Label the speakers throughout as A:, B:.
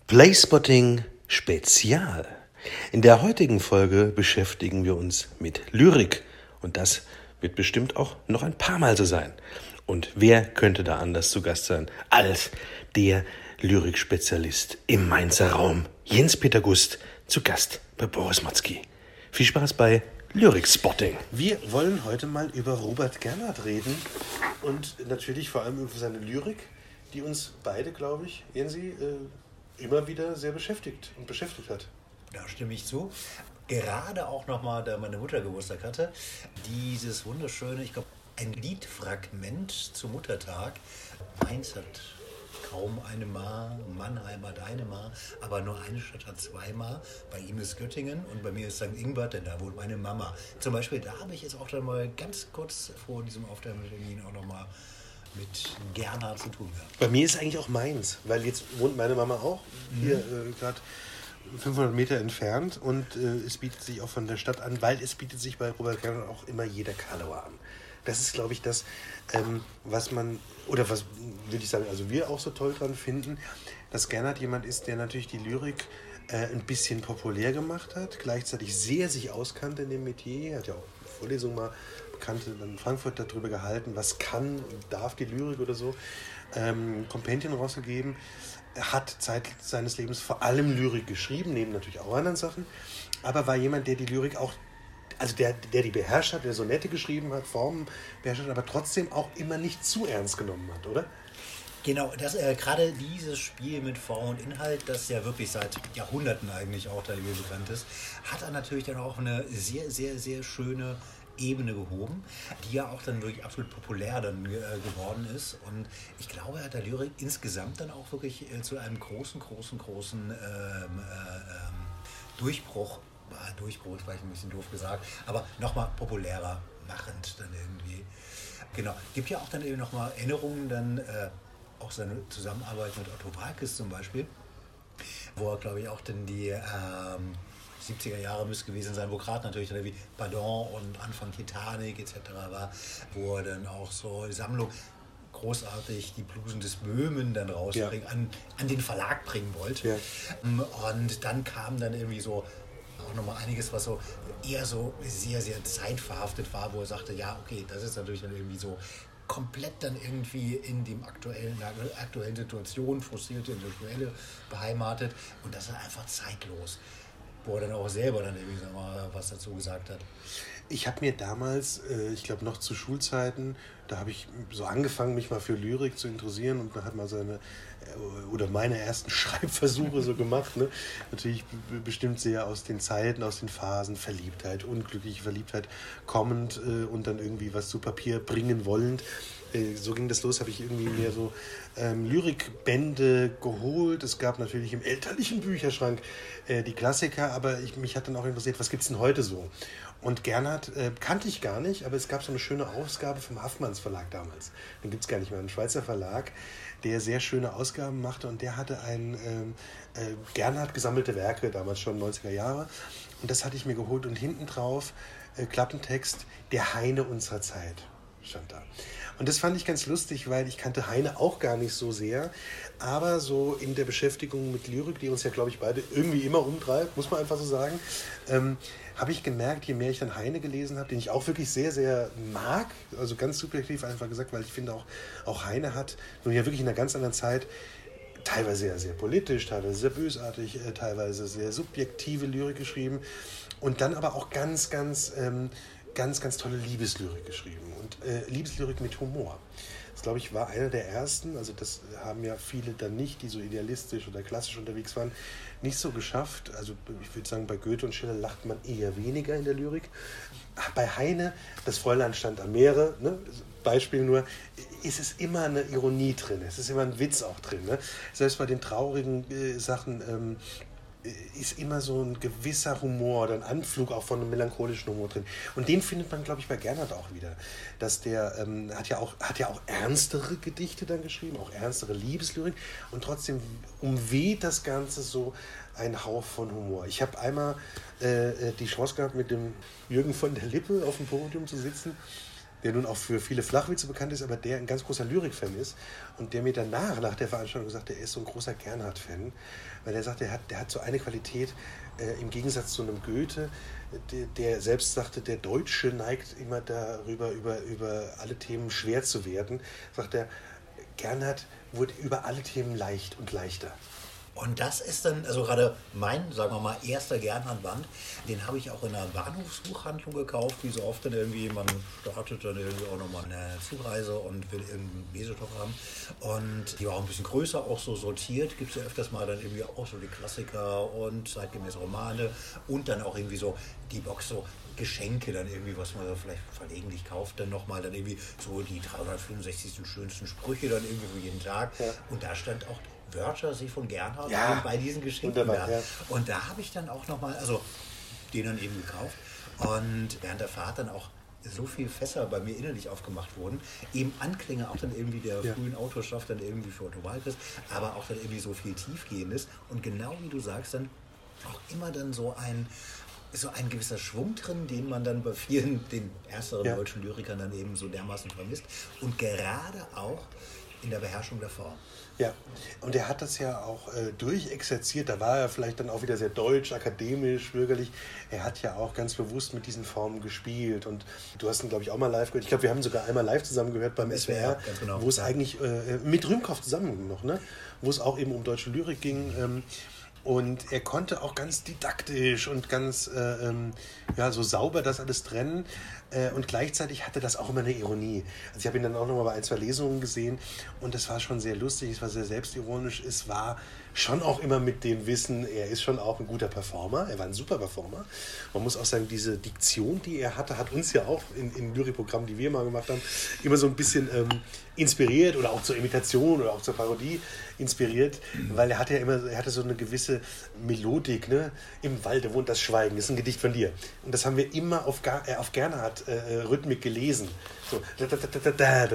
A: Playspotting Spezial. In der heutigen Folge beschäftigen wir uns mit Lyrik und das wird bestimmt auch noch ein paar Mal so sein. Und wer könnte da anders zu Gast sein als der Lyrikspezialist im Mainzer Raum, Jens-Peter Gust, zu Gast bei Boris Motzki. Viel Spaß bei Lyrik-Spotting. Wir wollen heute mal über Robert Gernhardt reden und natürlich vor allem über seine Lyrik, die uns beide, glaube ich, Jensi, immer wieder sehr beschäftigt hat.
B: Da stimme ich zu. Gerade auch nochmal, da meine Mutter Geburtstag hatte, dieses wunderschöne, ich glaube, ein Liedfragment zum Muttertag. Mainz hat kaum eine Ma, Mannheim hat eine Ma, aber nur eine Stadt hat zwei Ma. Bei ihm ist Göttingen und bei mir ist St. Ingbert, denn da wohnt meine Mama. Zum Beispiel, da habe ich jetzt auch dann mal ganz kurz vor diesem Aufnahmetermin auch nochmal mit Gernhardt zu tun gehabt.
A: Bei mir ist eigentlich auch Mainz, weil jetzt wohnt meine Mama auch hier gerade 500 Meter entfernt und es bietet sich auch von der Stadt an, weil es bietet sich bei Robert Gernhardt auch immer jeder Karlauer an. Das ist, glaube ich, das, was man, oder was würde ich sagen, also wir auch so toll dran finden, dass Gernhardt jemand ist, der natürlich die Lyrik ein bisschen populär gemacht hat, gleichzeitig sehr sich auskannte in dem Metier, er hat ja auch eine Vorlesung mal Bekannte in Frankfurt darüber gehalten, was kann und darf die Lyrik oder so, Kompendien rausgegeben. Er hat Zeit seines Lebens vor allem Lyrik geschrieben, neben natürlich auch anderen Sachen, aber war jemand, der die Lyrik auch, also der die beherrscht hat, der Sonette geschrieben hat, Formen beherrscht hat, aber trotzdem auch immer nicht zu ernst genommen hat, oder?
B: Genau, gerade dieses Spiel mit Form und Inhalt, das ja wirklich seit Jahrhunderten eigentlich auch da bekannt ist, hat er natürlich dann auch eine sehr, sehr, sehr schöne Ebene gehoben, die ja auch dann wirklich absolut populär dann geworden ist. Und ich glaube, er hat der Lyrik insgesamt dann auch wirklich zu einem großen Durchbruch ist vielleicht ein bisschen doof gesagt, aber nochmal populärer machend dann irgendwie. Genau, gibt ja auch dann eben nochmal Erinnerungen dann, auch seine Zusammenarbeit mit Otto Waalkes zum Beispiel, wo er, glaube ich, auch dann die 70er Jahre müsste gewesen sein, wo gerade natürlich dann wie Pardon und Anfang Titanic etc. war, wo er dann auch so die Sammlung großartig die Blusen des Böhmen dann rausbringen, an den Verlag bringen wollte. Ja. Und dann kam dann irgendwie so auch nochmal einiges, was so eher so sehr, sehr zeitverhaftet war, wo er sagte, ja, okay, das ist natürlich dann irgendwie so komplett dann irgendwie in der aktuellen Situation, frustrierte Intellektuelle beheimatet und das ist einfach zeitlos. Wo er dann auch selber dann irgendwie was dazu gesagt hat.
A: Ich habe mir damals, ich glaube noch zu Schulzeiten, da habe ich so angefangen, mich mal für Lyrik zu interessieren und man hat mal meine ersten Schreibversuche so gemacht. Ne? Natürlich bestimmt sehr aus den Zeiten, aus den Phasen, Verliebtheit, unglückliche Verliebtheit kommend und dann irgendwie was zu Papier bringen wollend. So ging das los, habe ich irgendwie mir so Lyrikbände geholt. Es gab natürlich im elterlichen Bücherschrank die Klassiker, aber mich hat dann auch interessiert, was gibt es denn heute so? Und Gernhardt kannte ich gar nicht, aber es gab so eine schöne Ausgabe vom Haffmanns Verlag damals. Den gibt es gar nicht mehr, ein Schweizer Verlag, der sehr schöne Ausgaben machte und der hatte ein Gernhardt gesammelte Werke, damals schon 90er Jahre. Und das hatte ich mir geholt und hinten drauf Klappentext, der Heine unserer Zeit stand da. Und das fand ich ganz lustig, weil ich kannte Heine auch gar nicht so sehr, aber so in der Beschäftigung mit Lyrik, die uns ja, glaube ich, beide irgendwie immer umtreibt, muss man einfach so sagen, habe ich gemerkt, je mehr ich dann Heine gelesen habe, den ich auch wirklich sehr, sehr mag, also ganz subjektiv einfach gesagt, weil ich finde auch Heine hat nun ja wirklich in einer ganz anderen Zeit teilweise sehr, sehr politisch, teilweise sehr bösartig, teilweise sehr subjektive Lyrik geschrieben und dann aber auch ganz tolle Liebeslyrik geschrieben und Liebeslyrik mit Humor. Das, glaube ich, war einer der ersten, also das haben ja viele dann nicht, die so idealistisch oder klassisch unterwegs waren, nicht so geschafft. Also ich würde sagen, bei Goethe und Schiller lacht man eher weniger in der Lyrik. Bei Heine, das Fräulein stand am Meere, ne? Beispiel nur, ist es immer eine Ironie drin, es ist immer ein Witz auch drin. Ne? Selbst bei den traurigen Sachen ist immer so ein gewisser Humor oder ein Anflug auch von einem melancholischen Humor drin. Und den findet man, glaube ich, bei Gernhardt auch wieder. Dass der hat ja auch ernstere Gedichte dann geschrieben, auch ernstere Liebeslyrik und trotzdem umweht das Ganze so ein Hauch von Humor. Ich habe einmal die Chance gehabt, mit dem Jürgen von der Lippe auf dem Podium zu sitzen der nun auch für viele Flachwitze bekannt ist, aber der ein ganz großer Lyrik-Fan ist und der mir danach, nach der Veranstaltung gesagt hat, er ist so ein großer Gernhardt-Fan, weil er sagt, der hat so eine Qualität, im Gegensatz zu einem Goethe, der selbst sagte, der Deutsche neigt immer darüber, über alle Themen schwer zu werden, sagt er, Gernhardt wurde über alle Themen leicht und leichter.
B: Und das ist dann, also gerade mein, sagen wir mal, erster Gernhardt-Band, den habe ich auch in einer Bahnhofsbuchhandlung gekauft, wie so oft dann irgendwie, man startet dann irgendwie auch nochmal eine Zugreise und will irgendeinen Lesestoff haben. Und die war auch ein bisschen größer, auch so sortiert, gibt es ja öfters mal dann irgendwie auch so die Klassiker und zeitgemäße Romane und dann auch irgendwie so die Box so Geschenke dann irgendwie, was man da vielleicht verlegentlich kauft, dann nochmal dann irgendwie so die 365. schönsten Sprüche dann irgendwie für jeden Tag. Ja. Und da stand auch Wörter, sie von Gernhardt, bei diesen Geschenken da. Ja. Und da habe ich dann auch nochmal, also den dann eben gekauft und während der Fahrt dann auch so viele Fässer bei mir innerlich aufgemacht wurden, eben Anklänge auch dann irgendwie der frühen Autorschaft dann irgendwie für Otto Walkes, aber auch dann irgendwie so viel Tiefgehendes und genau wie du sagst, dann auch immer dann so ein gewisser Schwung drin, den man dann bei vielen, den ersteren deutschen Lyrikern dann eben so dermaßen vermisst und gerade auch in der Beherrschung der Form.
A: Ja, und er hat das ja auch durchexerziert, da war er vielleicht dann auch wieder sehr deutsch, akademisch, bürgerlich. Er hat ja auch ganz bewusst mit diesen Formen gespielt und du hast ihn, glaube ich, auch mal live gehört. Ich glaube, wir haben sogar einmal live zusammen gehört beim SWR, genau. Wo es eigentlich mit Rühmkopf zusammen noch, ne? Wo es auch eben um deutsche Lyrik ging. Und er konnte auch ganz didaktisch und ganz so sauber das alles trennen. Und gleichzeitig hatte das auch immer eine Ironie. Also ich habe ihn dann auch nochmal bei 1, 2 Lesungen gesehen und das war schon sehr lustig, es war sehr selbstironisch. Es war schon auch immer mit dem Wissen, er ist schon auch ein guter Performer. Er war ein super Performer. Man muss auch sagen, diese Diktion, die er hatte, hat uns ja auch in Lyrikprogrammen, die wir mal gemacht haben, immer so ein bisschen inspiriert oder auch zur Imitation oder auch zur Parodie inspiriert, weil er hatte so eine gewisse Melodik, ne? Im Walde wohnt das Schweigen, das ist ein Gedicht von dir. Und das haben wir immer auf Gernhardt Rhythmik gelesen. So. Der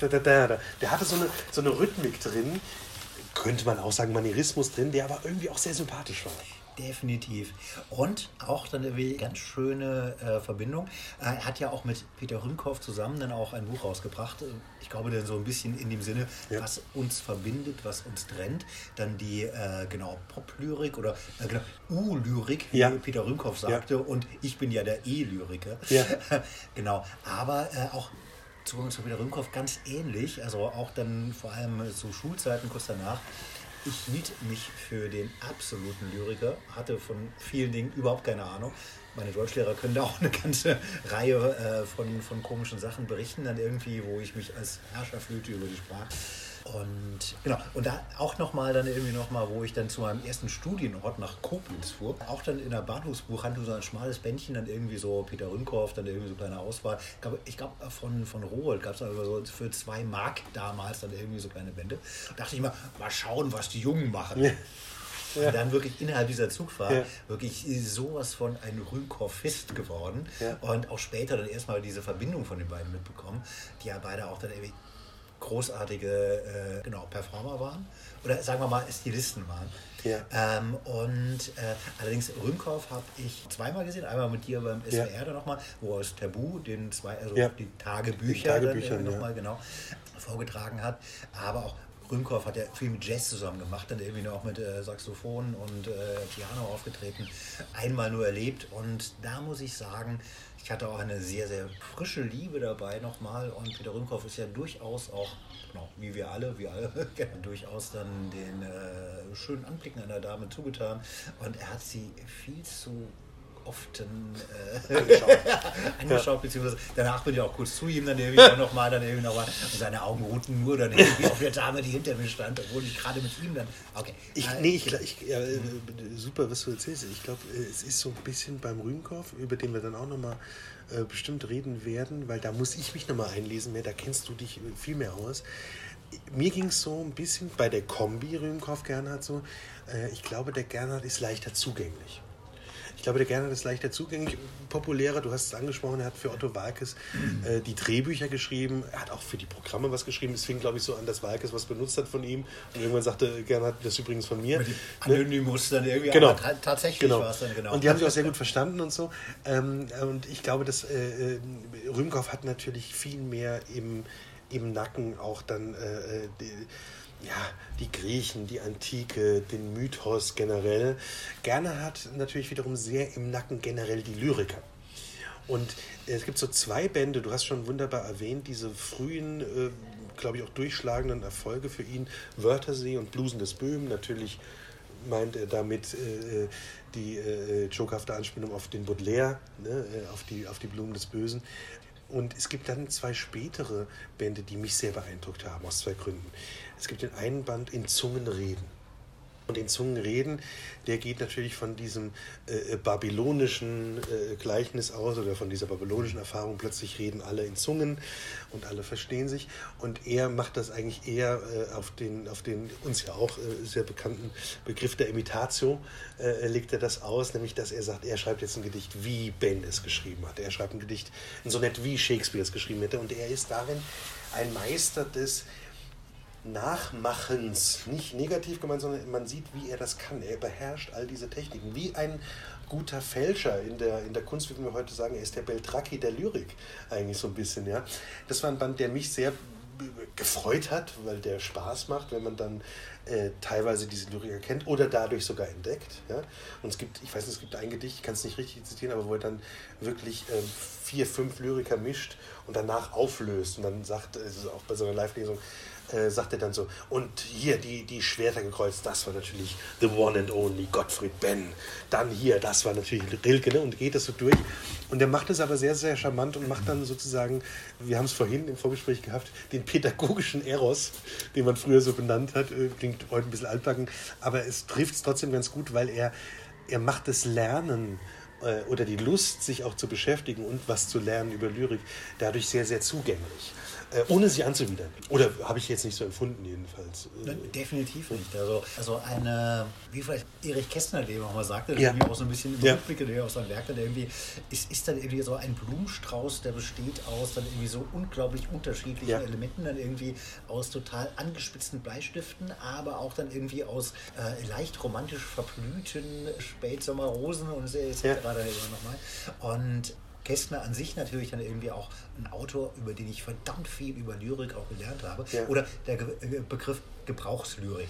A: hatte so eine Rhythmik drin, könnte man auch sagen Manierismus drin, der aber irgendwie auch sehr sympathisch war.
B: Definitiv. Und auch dann eine ganz schöne Verbindung. Er hat ja auch mit Peter Rühmkopf zusammen dann auch ein Buch rausgebracht. Ich glaube dann so ein bisschen in dem Sinne, was uns verbindet, was uns trennt. Dann die Pop-Lyrik oder U-Lyrik, wie Peter Rühmkopf sagte. Und ich bin ja der E-Lyriker. Ja. Genau. Aber auch zu Peter Rühmkopf ganz ähnlich. Also auch dann vor allem zu Schulzeiten kurz danach. Ich hielt mich für den absoluten Lyriker, hatte von vielen Dingen überhaupt keine Ahnung. Meine Deutschlehrer können da auch eine ganze Reihe von komischen Sachen berichten, dann irgendwie, wo ich mich als Herrscher fühlte über die Sprache. Und genau, und da auch nochmal, wo ich dann zu meinem ersten Studienort nach Koblenz fuhr, auch dann in der Bahnhofsbuchhandlung so ein schmales Bändchen, dann irgendwie so Peter Rühmkopf, dann irgendwie so eine kleine Auswahl. Ich glaube von Rowohlt gab es aber so für 2 Mark damals dann irgendwie so kleine Bände. Da dachte ich mal schauen, was die Jungen machen. Ja. Ja. Und dann wirklich innerhalb dieser Zugfahrt wirklich sowas von ein Rühmkopfist geworden. Ja. Und auch später dann erstmal diese Verbindung von den beiden mitbekommen, die ja beide auch dann irgendwie großartige Performer waren oder sagen wir mal Stilisten waren. Ja. Allerdings Rühmkopf habe ich 2-mal gesehen, einmal mit dir beim SWR dann nochmal, wo er das Tabu, die Tagebücher dann nochmal vorgetragen hat, aber auch Rühmkopf hat ja viel mit Jazz zusammen gemacht, dann irgendwie noch mit Saxophon und Piano aufgetreten, einmal nur erlebt und da muss ich sagen, ich hatte auch eine sehr, sehr frische Liebe dabei nochmal und Peter Rühmkopf ist ja durchaus auch, wie wir alle durchaus dann den schönen Anblicken einer Dame zugetan und er hat sie viel zu oft angeschaut, beziehungsweise danach bin ich auch kurz zu ihm dann irgendwie nochmal und seine Augen ruhten nur dann irgendwie auf der Dame, die hinter mir stand, obwohl ich gerade mit ihm dann,
A: super, was du erzählst. Ich glaube, es ist so ein bisschen beim Rühmkopf, über den wir dann auch nochmal bestimmt reden werden, weil da muss ich mich nochmal einlesen mehr, da kennst du dich viel mehr aus. Mir ging es so ein bisschen bei der Kombi Rühmkopf-Gernhardt so, ich glaube, der Gernhardt ist leichter zugänglich. Ich glaube, der Gernhardt ist leichter zugänglich, populärer. Du hast es angesprochen, er hat für Otto Waalkes die Drehbücher geschrieben. Er hat auch für die Programme was geschrieben. Es fing, glaube ich, so an, dass Waalkes was benutzt hat von ihm. Und irgendwann sagte Gernhardt, das ist übrigens von mir.
B: Mit dem Anonymous dann irgendwie.
A: Genau.
B: Aber tatsächlich war es dann genau.
A: Und die haben sich auch sehr gut verstanden und so. Und ich glaube, dass Rühmkoff hat natürlich viel mehr im Nacken auch dann die Griechen, die Antike, den Mythos generell. Gernhardt hat natürlich wiederum sehr im Nacken generell die Lyriker. Und es gibt so 2 Bände, du hast schon wunderbar erwähnt, diese frühen, glaube ich auch durchschlagenden Erfolge für ihn, Wörthersee und Blusen des Böhmen. Natürlich meint er damit die jokhafte Anspielung auf den Baudelaire, ne, auf die Blumen des Bösen. Und es gibt dann 2 spätere Bände, die mich sehr beeindruckt haben, aus 2 Gründen. Es gibt den einen Band In Zungen reden. Und in Zungen reden, der geht natürlich von diesem babylonischen Gleichnis aus oder von dieser babylonischen Erfahrung, plötzlich reden alle in Zungen und alle verstehen sich. Und er macht das eigentlich eher auf den uns ja auch sehr bekannten Begriff der Imitatio, legt er das aus, nämlich dass er sagt, er schreibt jetzt ein Gedicht, wie Ben es geschrieben hat. Er schreibt ein Gedicht, ein Sonett, wie Shakespeare es geschrieben hätte. Und er ist darin ein Meister des Nachmachens, nicht negativ gemeint, sondern man sieht, wie er das kann. Er beherrscht all diese Techniken. Wie ein guter Fälscher in der Kunst, wie wir heute sagen, er ist der Beltracchi der Lyrik, eigentlich so ein bisschen. Ja. Das war ein Band, der mich sehr gefreut hat, weil der Spaß macht, wenn man dann teilweise diese Lyriker kennt oder dadurch sogar entdeckt. Ja. Und es gibt ein Gedicht, ich kann es nicht richtig zitieren, aber wo er dann wirklich 4, 5 Lyriker mischt und danach auflöst und dann sagt, also auch bei so einer Live-Lesung, sagt er dann so, und hier die Schwerter gekreuzt, das war natürlich the one and only Gottfried Benn. Dann hier, das war natürlich Rilke, ne? Und geht das so durch. Und er macht es aber sehr, sehr charmant und macht dann sozusagen, wir haben es vorhin im Vorgespräch gehabt, den pädagogischen Eros, den man früher so benannt hat, klingt heute ein bisschen altbacken, aber es trifft es trotzdem ganz gut, weil er macht das Lernen oder die Lust, sich auch zu beschäftigen und was zu lernen über Lyrik, dadurch sehr, sehr zugänglich. Ohne sie anzuwidern. Oder habe ich jetzt nicht so empfunden, jedenfalls?
B: Definitiv nicht. Also eine, wie vielleicht Erich Kästner, der auch mal sagte, der irgendwie auch so ein bisschen im Rückblicke, der aus seinem Werk, der irgendwie, ist dann irgendwie so ein Blumenstrauß, der besteht aus dann irgendwie so unglaublich unterschiedlichen Elementen, dann irgendwie aus total angespitzten Bleistiften, aber auch dann irgendwie aus leicht romantisch verblühten Spätsommerrosen und etc. nochmal. Und Kästner an sich natürlich dann irgendwie auch ein Autor, über den ich verdammt viel über Lyrik auch gelernt habe. Ja. Oder der Begriff Gebrauchslyrik,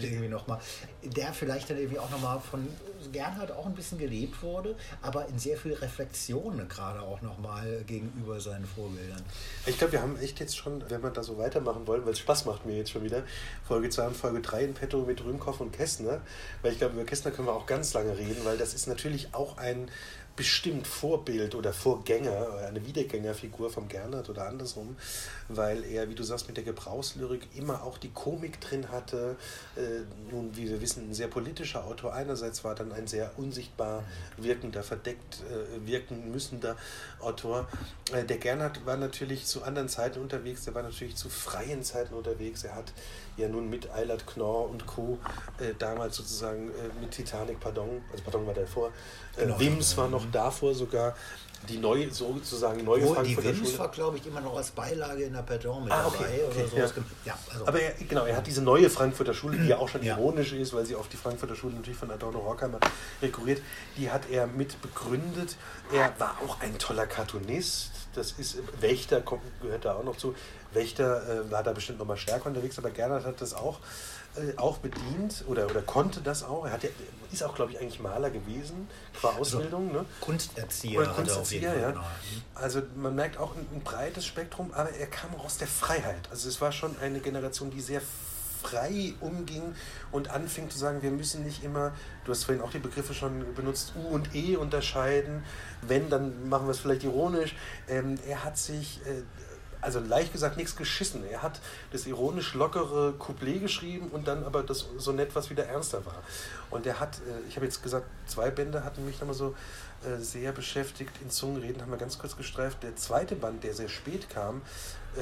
B: der vielleicht dann irgendwie auch nochmal von Gernhardt auch ein bisschen gelebt wurde, aber in sehr viel Reflexion gerade auch nochmal gegenüber seinen Vorbildern.
A: Ich glaube, wir haben echt jetzt schon, wenn wir da so weitermachen wollen, weil es Spaß macht mir jetzt schon wieder, Folge 2 und Folge 3 in petto mit Rühmkoff und Kästner, weil ich glaube, über Kästner können wir auch ganz lange reden, weil das ist natürlich auch ein bestimmt Vorbild oder Vorgänger, eine Wiedergängerfigur vom Gernhardt oder andersrum, weil er, wie du sagst, mit der Gebrauchslyrik immer auch die Komik drin hatte. Nun, wie wir wissen, ein sehr politischer Autor. Einerseits war dann ein sehr unsichtbar wirkender, verdeckt wirken müssender Autor. Der Gernhardt war natürlich zu anderen Zeiten unterwegs, der war natürlich zu freien Zeiten unterwegs. Er hat ja nun mit Eilert Knorr und Co. Damals sozusagen mit Titanic, Pardon war davor, Wims war noch davor sogar, die neue Frankfurter
B: die Wims
A: Schule.
B: War, glaube ich, immer noch als Beilage in der Pardon mit dabei.
A: Okay,
B: oder sowas.
A: Ja. Aber er hat diese neue Frankfurter Schule, die ja auch schon ironisch ist, weil sie auf die Frankfurter Schule natürlich von Adorno Horkheimer rekurriert, die hat er mit begründet. Er war auch ein toller Cartoonist. Das ist Wächter, gehört da auch noch zu. Wächter war da bestimmt noch mal stärker unterwegs, aber Gernhardt hat das auch bedient oder konnte das auch. Er ist auch, glaube ich, eigentlich Maler gewesen, qua Ausbildung.
B: Also,
A: ne?
B: Kunsterzieher.
A: Ja. Also man merkt auch ein breites Spektrum, aber er kam auch aus der Freiheit. Also es war schon eine Generation, die sehr frei umging und anfing zu sagen, wir müssen nicht immer, du hast vorhin auch die Begriffe schon benutzt, U und E unterscheiden. Wenn, dann machen wir es vielleicht ironisch. Er hat sich... Also leicht gesagt, nichts geschissen. Er hat das ironisch lockere Couplet geschrieben und dann aber das Sonett, was wieder ernster war. Und er hat, ich habe jetzt gesagt, 2 Bände hatten mich nochmal so sehr beschäftigt. In Zungenreden haben wir ganz kurz gestreift. Der zweite Band, der sehr spät kam,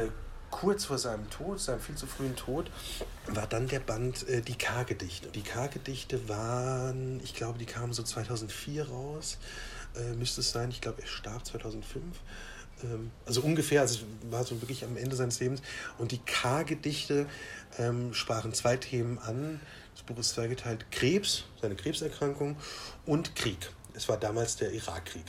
A: kurz vor seinem viel zu frühen Tod, war dann der Band Die K-Gedichte. Die K-Gedichte waren, ich glaube, die kamen so 2004 raus, müsste es sein. Ich glaube, er starb 2005. Also ungefähr, also es war so wirklich am Ende seines Lebens. Und die K-Gedichte sprachen 2 Themen an. Das Buch ist zweigeteilt: Krebs, seine Krebserkrankung, und Krieg. Es war damals der Irakkrieg,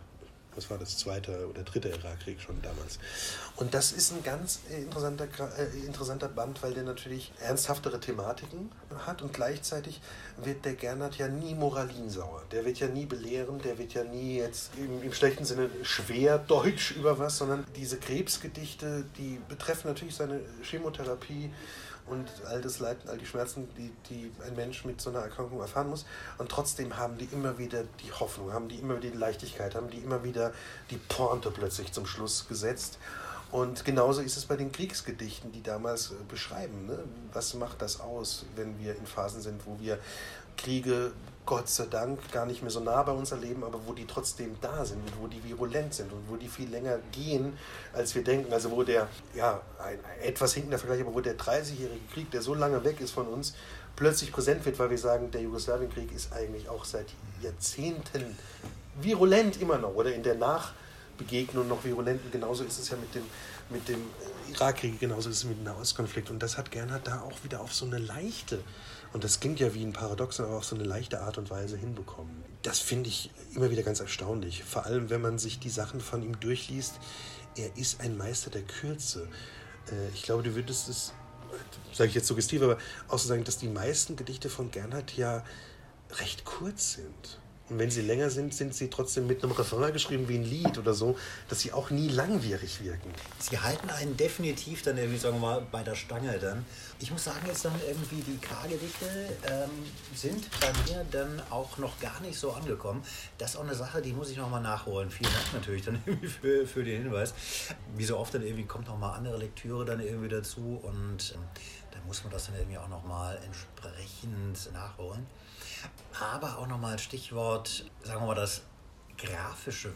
A: was war das, 2. oder 3. Irakkrieg schon damals. Und das ist ein ganz interessanter Band, weil der natürlich ernsthaftere Thematiken hat und gleichzeitig wird der Gernhardt ja nie moralinsauer. Der wird ja nie belehren, der wird ja nie jetzt im schlechten Sinne schwer deutsch über was, sondern diese Krebsgedichte, die betreffen natürlich seine Chemotherapie und all das Leid, all die Schmerzen, die ein Mensch mit so einer Erkrankung erfahren muss. Und trotzdem haben die immer wieder die Hoffnung, haben die immer wieder die Leichtigkeit, haben die immer wieder die Pointe plötzlich zum Schluss gesetzt. Und genauso ist es bei den Kriegsgedichten, die damals beschreiben, ne? Was macht das aus, wenn wir in Phasen sind, wo wir Kriege, Gott sei Dank, gar nicht mehr so nah bei uns erleben, aber wo die trotzdem da sind und wo die virulent sind und wo die viel länger gehen, als wir denken. Also wo der, ein etwas hinkender Vergleich, aber wo der 30-jährige Krieg, der so lange weg ist von uns, plötzlich präsent wird, weil wir sagen, der Jugoslawienkrieg ist eigentlich auch seit Jahrzehnten virulent immer noch oder in der Nachbegegnung noch virulent. Und genauso ist es ja mit dem Irakkrieg, genauso ist es mit dem Nahostkonflikt. Und das hat Gernhardt da auch wieder auf so eine leichte, und das klingt ja wie ein Paradoxon, aber auf so eine leichte Art und Weise hinbekommen. Das finde ich immer wieder ganz erstaunlich. Vor allem, wenn man sich die Sachen von ihm durchliest. Er ist ein Meister der Kürze. Ich glaube, du würdest es, sage ich jetzt suggestiv, aber auch so sagen, dass die meisten Gedichte von Gernhardt ja recht kurz sind. Und wenn sie länger sind, sind sie trotzdem mit einem Refrain geschrieben wie ein Lied oder so, dass sie auch nie langwierig wirken.
B: Sie halten einen definitiv dann irgendwie, sagen wir mal, bei der Stange dann. Ich muss sagen, jetzt dann irgendwie die K-Gedichte sind bei mir dann auch noch gar nicht so angekommen. Das ist auch eine Sache, die muss ich nochmal nachholen. Vielen Dank natürlich dann irgendwie für den Hinweis. Wie so oft dann irgendwie kommt nochmal andere Lektüre dann irgendwie dazu und dann muss man das dann irgendwie auch nochmal entsprechend nachholen. Aber auch nochmal ein Stichwort, sagen wir mal, das grafische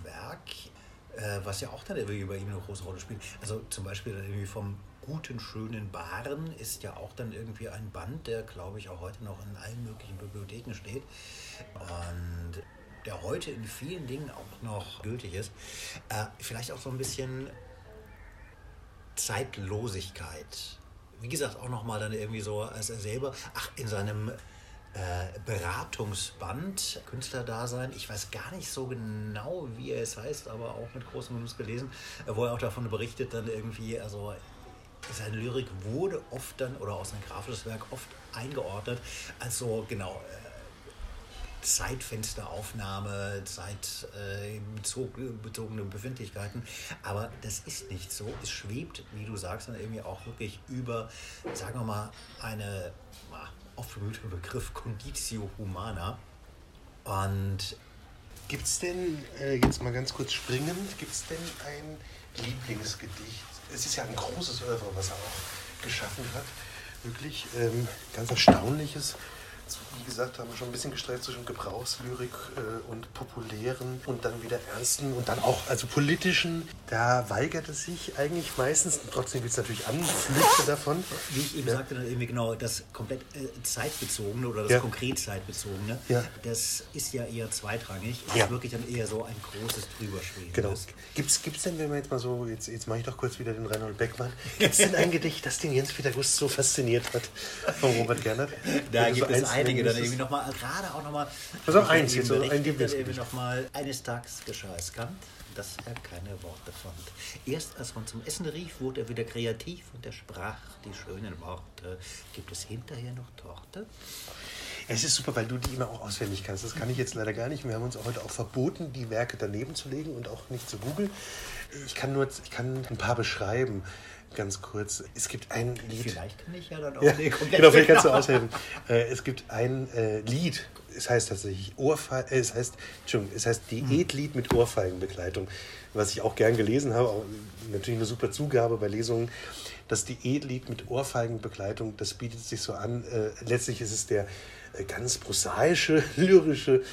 B: Werk, was ja auch dann irgendwie bei ihm eine große Rolle spielt. Also zum Beispiel dann irgendwie vom guten, schönen Baren ist ja auch dann irgendwie ein Band, der, glaube ich, auch heute noch in allen möglichen Bibliotheken steht und der heute in vielen Dingen auch noch gültig ist. Vielleicht auch so ein bisschen Zeitlosigkeit. Wie gesagt, auch nochmal dann irgendwie so, als er selber, in seinem Beratungsband, Künstlerdasein, ich weiß gar nicht so genau, wie er es heißt, aber auch mit großem Genuss gelesen, wo er auch davon berichtet, dann irgendwie, also seine Lyrik wurde oft dann, oder auch sein grafisches Werk oft eingeordnet, als so, genau, Zeitfensteraufnahme, zeitbezogene Befindlichkeiten, aber das ist nicht so. Es schwebt, wie du sagst, dann irgendwie auch wirklich über, sagen wir mal, eine oft bemühter Begriff Conditio Humana. Und
A: gibt es denn, jetzt mal ganz kurz springend, gibt es denn ein Lieblingsgedicht? Es ist ja ein großes Oeuvre, was er auch geschaffen hat. Wirklich ganz erstaunliches. Wie gesagt, haben wir schon ein bisschen gestreift zwischen Gebrauchslyrik und populären und dann wieder ernsten und dann auch also politischen. Da weigert es sich eigentlich meistens. Trotzdem gibt es natürlich Anflüchte davon.
B: Wie ich eben sagte, dann irgendwie genau das komplett zeitbezogene oder das konkret zeitbezogene, das ist ja eher zweitrangig. Das ist wirklich dann eher so ein großes Drüberschweben.
A: Genau. Gibt's denn, wenn wir jetzt mal so, jetzt mache ich doch kurz wieder den Reinhold Beckmann, gibt es denn ein Gedicht, das den Jens-Peter Gust so fasziniert hat von Robert Gernhardt?
B: Da gibt es einige dann irgendwie nochmal, gerade auch nochmal.
A: Also eins, so ein
B: Lieblingsgedicht. Nochmal, eines Tages geschah es Kant, dass er keine Worte fand. Erst als man zum Essen rief, wurde er wieder kreativ und er sprach die schönen Worte. Gibt es hinterher noch Torte?
A: Es ist super, weil du die immer auch auswendig kannst. Das kann ich jetzt leider gar nicht. Wir haben uns heute auch verboten, die Werke daneben zu legen und auch nicht zu googeln. Ich kann ein paar beschreiben. Ganz kurz. Es gibt ein Lied.
B: Vielleicht kann ich ja dann auch
A: genau, vielleicht kannst du aushelfen. Es gibt ein Lied, es heißt tatsächlich es heißt Diätlied mit Ohrfeigenbegleitung, was ich auch gern gelesen habe, auch natürlich eine super Zugabe bei Lesungen. Das Diätlied mit Ohrfeigenbegleitung, das bietet sich so an. Letztlich ist es der ganz prosaische, lyrische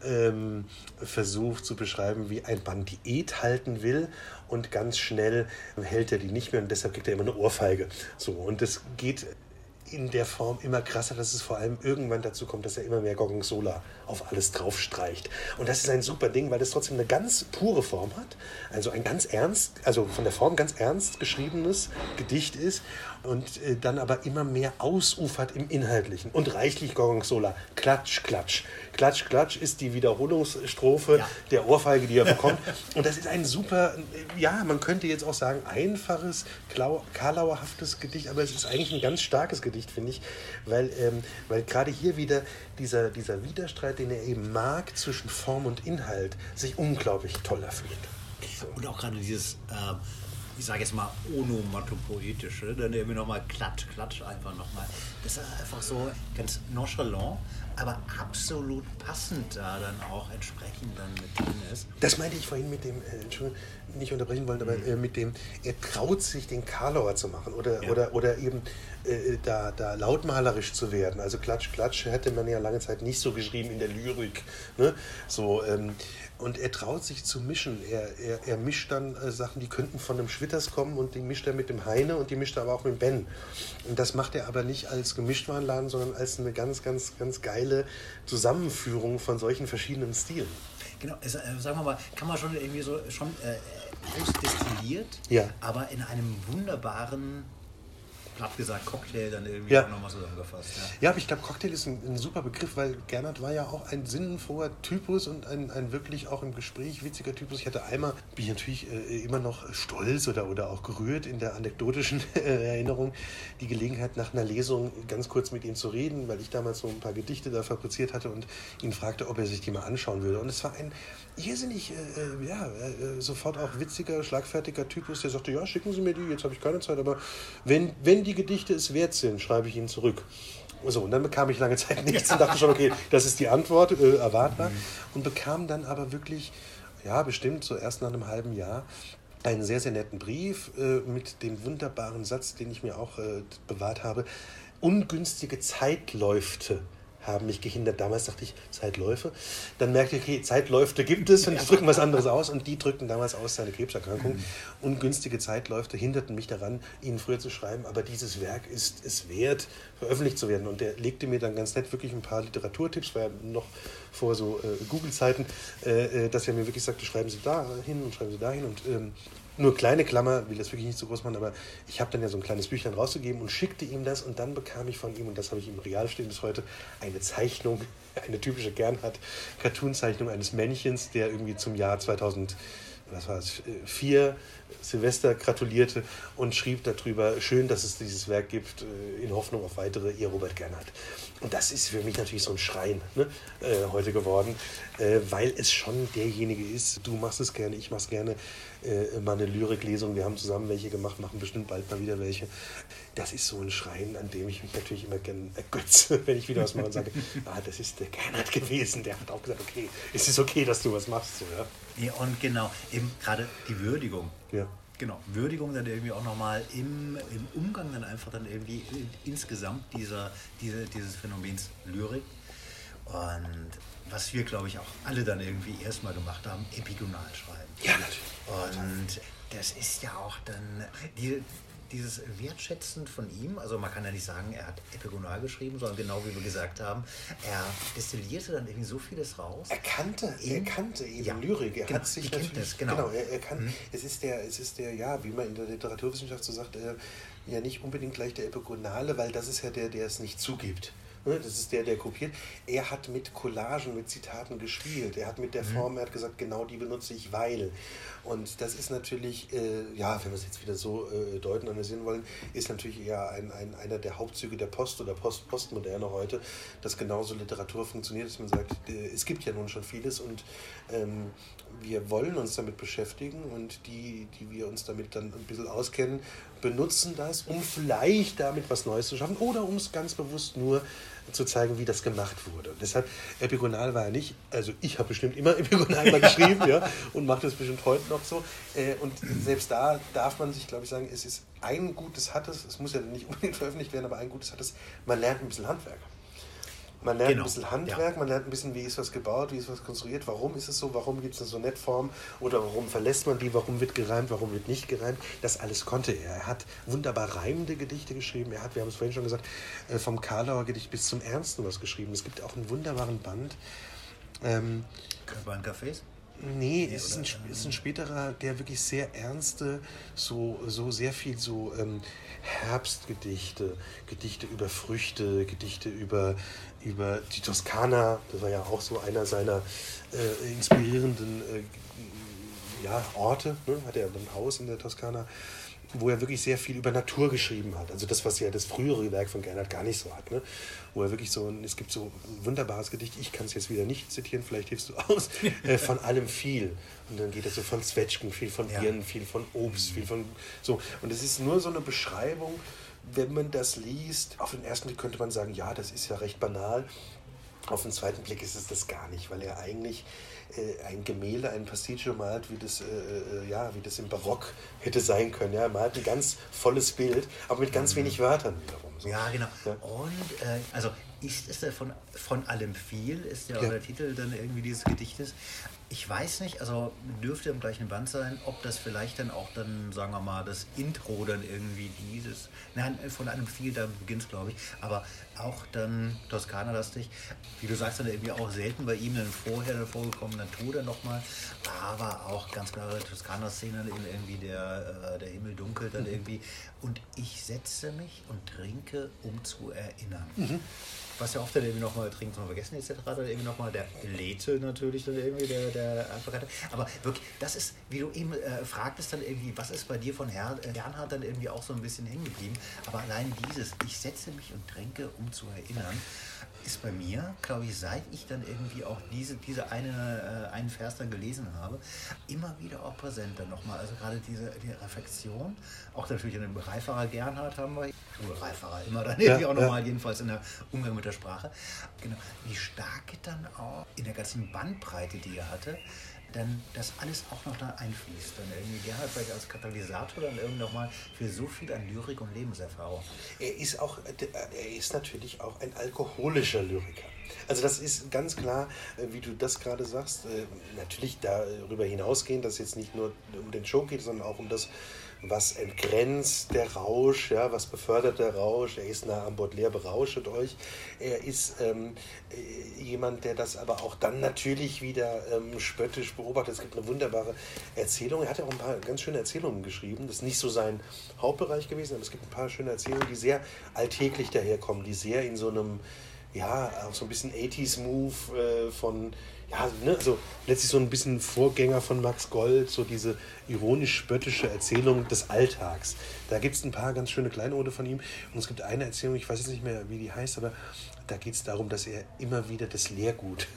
A: Versuch zu beschreiben, wie ein Mann Diät halten will und ganz schnell hält er die nicht mehr und deshalb kriegt er immer eine Ohrfeige. So, und das geht in der Form immer krasser, dass es vor allem irgendwann dazu kommt, dass er immer mehr Gorgonzola auf alles drauf streicht. Und das ist ein super Ding, weil das trotzdem eine ganz pure Form hat, also ein ganz ernst, also von der Form ganz ernst geschriebenes Gedicht ist und dann aber immer mehr ausufert im Inhaltlichen und reichlich Gorgonzola. Klatsch, Klatsch. Klatsch, Klatsch ist die Wiederholungsstrophe der Ohrfeige, die er bekommt. Und das ist ein super, ja, man könnte jetzt auch sagen, einfaches, karlauerhaftes Gedicht, aber es ist eigentlich ein ganz starkes Gedicht, finde ich, weil gerade hier wieder dieser Widerstreit, den er eben mag, zwischen Form und Inhalt, sich unglaublich toll erfüllt. So.
B: Und auch gerade dieses, ich sage jetzt mal, onomatopoetische, dann irgendwie nochmal Klatsch, Klatsch einfach nochmal. Das ist einfach so ganz nonchalant, aber absolut passend da dann auch entsprechend dann mit drin ist.
A: Das meinte ich vorhin mit dem, Entschuldigung, nicht unterbrechen wollen, aber mit dem, er traut sich, den Karlauer zu machen oder eben da lautmalerisch zu werden. Also Klatsch, Klatsch hätte man ja lange Zeit nicht so geschrieben in der Lyrik. Ne? So, und er traut sich zu mischen. Er mischt dann Sachen, die könnten von einem Schwitters kommen und die mischt er mit dem Heine und die mischt er aber auch mit dem Ben. Und das macht er aber nicht als Gemischtwarenladen, sondern als eine ganz, ganz, ganz geile Zusammenführung von solchen verschiedenen Stilen.
B: Genau, sagen wir mal, kann man schon irgendwie so ausdestilliert, aber in einem wunderbaren, platt gesagt, Cocktail dann irgendwie auch nochmal zusammengefasst.
A: Ja, aber ich glaube, Cocktail ist ein super Begriff, weil Gernhardt war ja auch ein sinnenfroher Typus und ein wirklich auch im Gespräch witziger Typus. Ich hatte einmal, bin ich natürlich immer noch stolz oder auch gerührt in der anekdotischen Erinnerung, die Gelegenheit nach einer Lesung ganz kurz mit ihm zu reden, weil ich damals so ein paar Gedichte da fabriziert hatte und ihn fragte, ob er sich die mal anschauen würde. Und es war ein irrsinnig, sofort auch witziger, schlagfertiger Typus, der sagte, ja, schicken Sie mir die, jetzt habe ich keine Zeit, aber wenn die Gedichte es wert sind, schreibe ich Ihnen zurück. So, und dann bekam ich lange Zeit nichts und dachte schon, okay, das ist die Antwort, erwartbar. Und bekam dann aber wirklich, bestimmt so erst nach einem halben Jahr, einen sehr, sehr netten Brief mit dem wunderbaren Satz, den ich mir auch bewahrt habe. Ungünstige Zeitläufte haben mich gehindert. Damals dachte ich, Zeitläufe. Dann merkte ich, okay, Zeitläufte gibt es und die drücken was anderes aus. Und die drückten damals aus seine Krebserkrankung. Ungünstige Zeitläufte hinderten mich daran, ihnen früher zu schreiben. Aber dieses Werk ist es wert, veröffentlicht zu werden. Und der legte mir dann ganz nett wirklich ein paar Literaturtipps, war ja noch vor so Google-Zeiten, dass er mir wirklich sagte, schreiben Sie da hin und schreiben Sie da hin. Und nur kleine Klammer, will das wirklich nicht so groß machen, aber ich habe dann ja so ein kleines Büchlein rausgegeben und schickte ihm das und dann bekam ich von ihm, und das habe ich im Regal stehen bis heute, eine Zeichnung, eine typische Gernhardt-Cartoon-Zeichnung eines Männchens, der irgendwie zum Jahr 2004 Silvester gratulierte und schrieb darüber, schön, dass es dieses Werk gibt, in Hoffnung auf weitere, ihr Robert Gernhardt. Und das ist für mich natürlich so ein Schrein heute geworden, weil es schon derjenige ist, du machst es gerne, ich mach's gerne, mal eine Lyriklesung, wir haben zusammen welche gemacht, machen bestimmt bald mal wieder welche. Das ist so ein Schrein, an dem ich mich natürlich immer gerne ergötze, wenn ich wieder was mache und sage, das ist der Gernhardt gewesen, der hat auch gesagt, okay, es ist okay, dass du was machst. So, ja.
B: Ja, und genau, eben gerade die Würdigung.
A: Ja.
B: Genau, Würdigung dann irgendwie auch nochmal im Umgang dann einfach dann irgendwie insgesamt dieses Phänomens Lyrik. Und was wir, glaube ich, auch alle dann irgendwie erstmal gemacht haben, epigonal schreiben.
A: Ja, natürlich.
B: Und das ist ja auch dann dieses Wertschätzen von ihm, also man kann ja nicht sagen, er hat epigonal geschrieben, sondern genau wie wir gesagt haben, er destillierte dann irgendwie so vieles raus.
A: Er kannte eben Lyrik. Er hat sich
B: natürlich,
A: genau, er kann. Es ist der, wie man in der Literaturwissenschaft so sagt, ja nicht unbedingt gleich der Epigonale, weil das ist ja der es nicht zugibt. Das ist der kopiert. Er hat mit Collagen, mit Zitaten gespielt. Er hat mit der Form, er hat gesagt, genau die benutze ich, weil. Und das ist natürlich, wenn wir es jetzt wieder so deuten, analysieren wollen, ist natürlich eher einer der Hauptzüge der Post oder Postmoderne heute, dass genauso Literatur funktioniert, dass man sagt, es gibt ja nun schon vieles und wir wollen uns damit beschäftigen und die wir uns damit dann ein bisschen auskennen, benutzen das, um vielleicht damit was Neues zu schaffen oder um es ganz bewusst nur zu zeigen, wie das gemacht wurde. Und deshalb, epigonal war er nicht, also ich habe bestimmt immer epigonal mal geschrieben, ja, und mache das bestimmt heute noch so. Und selbst da darf man sich, glaube ich, sagen, es ist ein Gutes hat es muss ja nicht unbedingt veröffentlicht werden, aber ein Gutes hat es, man lernt ein bisschen Handwerk. Man lernt ein bisschen Handwerk, man lernt ein bisschen, wie ist was gebaut, wie ist was konstruiert, warum ist es so, warum gibt es eine Sonettform oder warum verlässt man die, warum wird gereimt, warum wird nicht gereimt. Das alles konnte er. Er hat wunderbar reimende Gedichte geschrieben. Er hat, wir haben es vorhin schon gesagt, vom Karlauer Gedicht bis zum Ernsten was geschrieben. Es gibt auch einen wunderbaren Band.
B: Urban Cafés?
A: Nee, es ist ein späterer, der wirklich sehr ernste, so sehr viel so Herbstgedichte, Gedichte über Früchte, Gedichte über die Toskana, das war ja auch so einer seiner inspirierenden Orte, ne? Hat er ein Haus in der Toskana, wo er wirklich sehr viel über Natur geschrieben hat. Also das, was ja das frühere Werk von Gernhardt gar nicht so hat. Ne? Wo er wirklich es gibt so ein wunderbares Gedicht, ich kann es jetzt wieder nicht zitieren, vielleicht hilfst du aus, von allem viel. Und dann geht es so von Zwetschgen, viel von Birnen, viel von Obst, viel von so. Und es ist nur so eine Beschreibung, wenn man das liest, auf den ersten Blick könnte man sagen, ja, das ist ja recht banal. Auf den zweiten Blick ist es das gar nicht, weil er eigentlich ein Gemälde, ein Pasticcio malt, wie das im Barock hätte sein können. Ja, er malt ein ganz volles Bild, aber mit ganz wenig Wörtern wiederum. So.
B: Ja, genau. Ja. Und also ist es von allem viel, ist ja auch der Titel dann irgendwie dieses Gedichtes. Ich weiß nicht, also dürfte im gleichen Band sein, ob das vielleicht dann auch dann, sagen wir mal, das Intro dann irgendwie von einem viel, da beginnt es, glaube ich, aber auch dann Toskana-lastig, wie du sagst, dann irgendwie auch selten bei ihm dann vorher vorgekommen, Natur dann nochmal, aber auch ganz klare Toskana-Szene, irgendwie der Himmel dunkel dann irgendwie und ich setze mich und trinke, um zu erinnern. Mhm. Was ja oft dann irgendwie nochmal trinken, zum Vergessen etc. Dann irgendwie nochmal der Lethe natürlich dann irgendwie der Advokat. Aber wirklich, das ist, wie du eben fragtest dann irgendwie, was ist bei dir von Gernhardt dann irgendwie auch so ein bisschen hängen geblieben. Aber allein dieses, ich setze mich und trinke, um zu erinnern, ist bei mir, glaube ich, seit ich dann irgendwie auch diese einen Vers dann gelesen habe, immer wieder auch präsent dann nochmal. Also gerade die Reflexion, auch natürlich einen Beifahrer Gernhardt haben wir, Beifahrer immer dann irgendwie auch nochmal, jedenfalls in der Umgang mit der Sprache. Genau, wie stark dann auch in der ganzen Bandbreite, die er hatte, dann das alles auch noch da einfließt. Dann irgendwie Gernhardt vielleicht als Katalysator dann irgendwie nochmal für so viel an Lyrik und Lebenserfahrung.
A: Er ist natürlich auch ein alkoholischer Lyriker. Also das ist ganz klar, wie du das gerade sagst, natürlich darüber hinausgehend, dass es jetzt nicht nur um den Show geht, sondern auch um das, was entgrenzt der Rausch, ja, was befördert der Rausch, er ist nah am Baudelaire, berauschet euch. Er ist jemand, der das aber auch dann natürlich wieder spöttisch beobachtet. Es gibt eine wunderbare Erzählung, er hat ja auch ein paar ganz schöne Erzählungen geschrieben, das ist nicht so sein Hauptbereich gewesen, aber es gibt ein paar schöne Erzählungen, die sehr alltäglich daherkommen, die sehr in so einem, ja, auch so ein bisschen 80s-Move von, ja, ne, so letztlich so ein bisschen Vorgänger von Max Gold, so diese ironisch-spöttische Erzählung des Alltags. Da gibt es ein paar ganz schöne Kleinode von ihm und es gibt eine Erzählung, ich weiß jetzt nicht mehr, wie die heißt, aber da geht es darum, dass er immer wieder das Leergut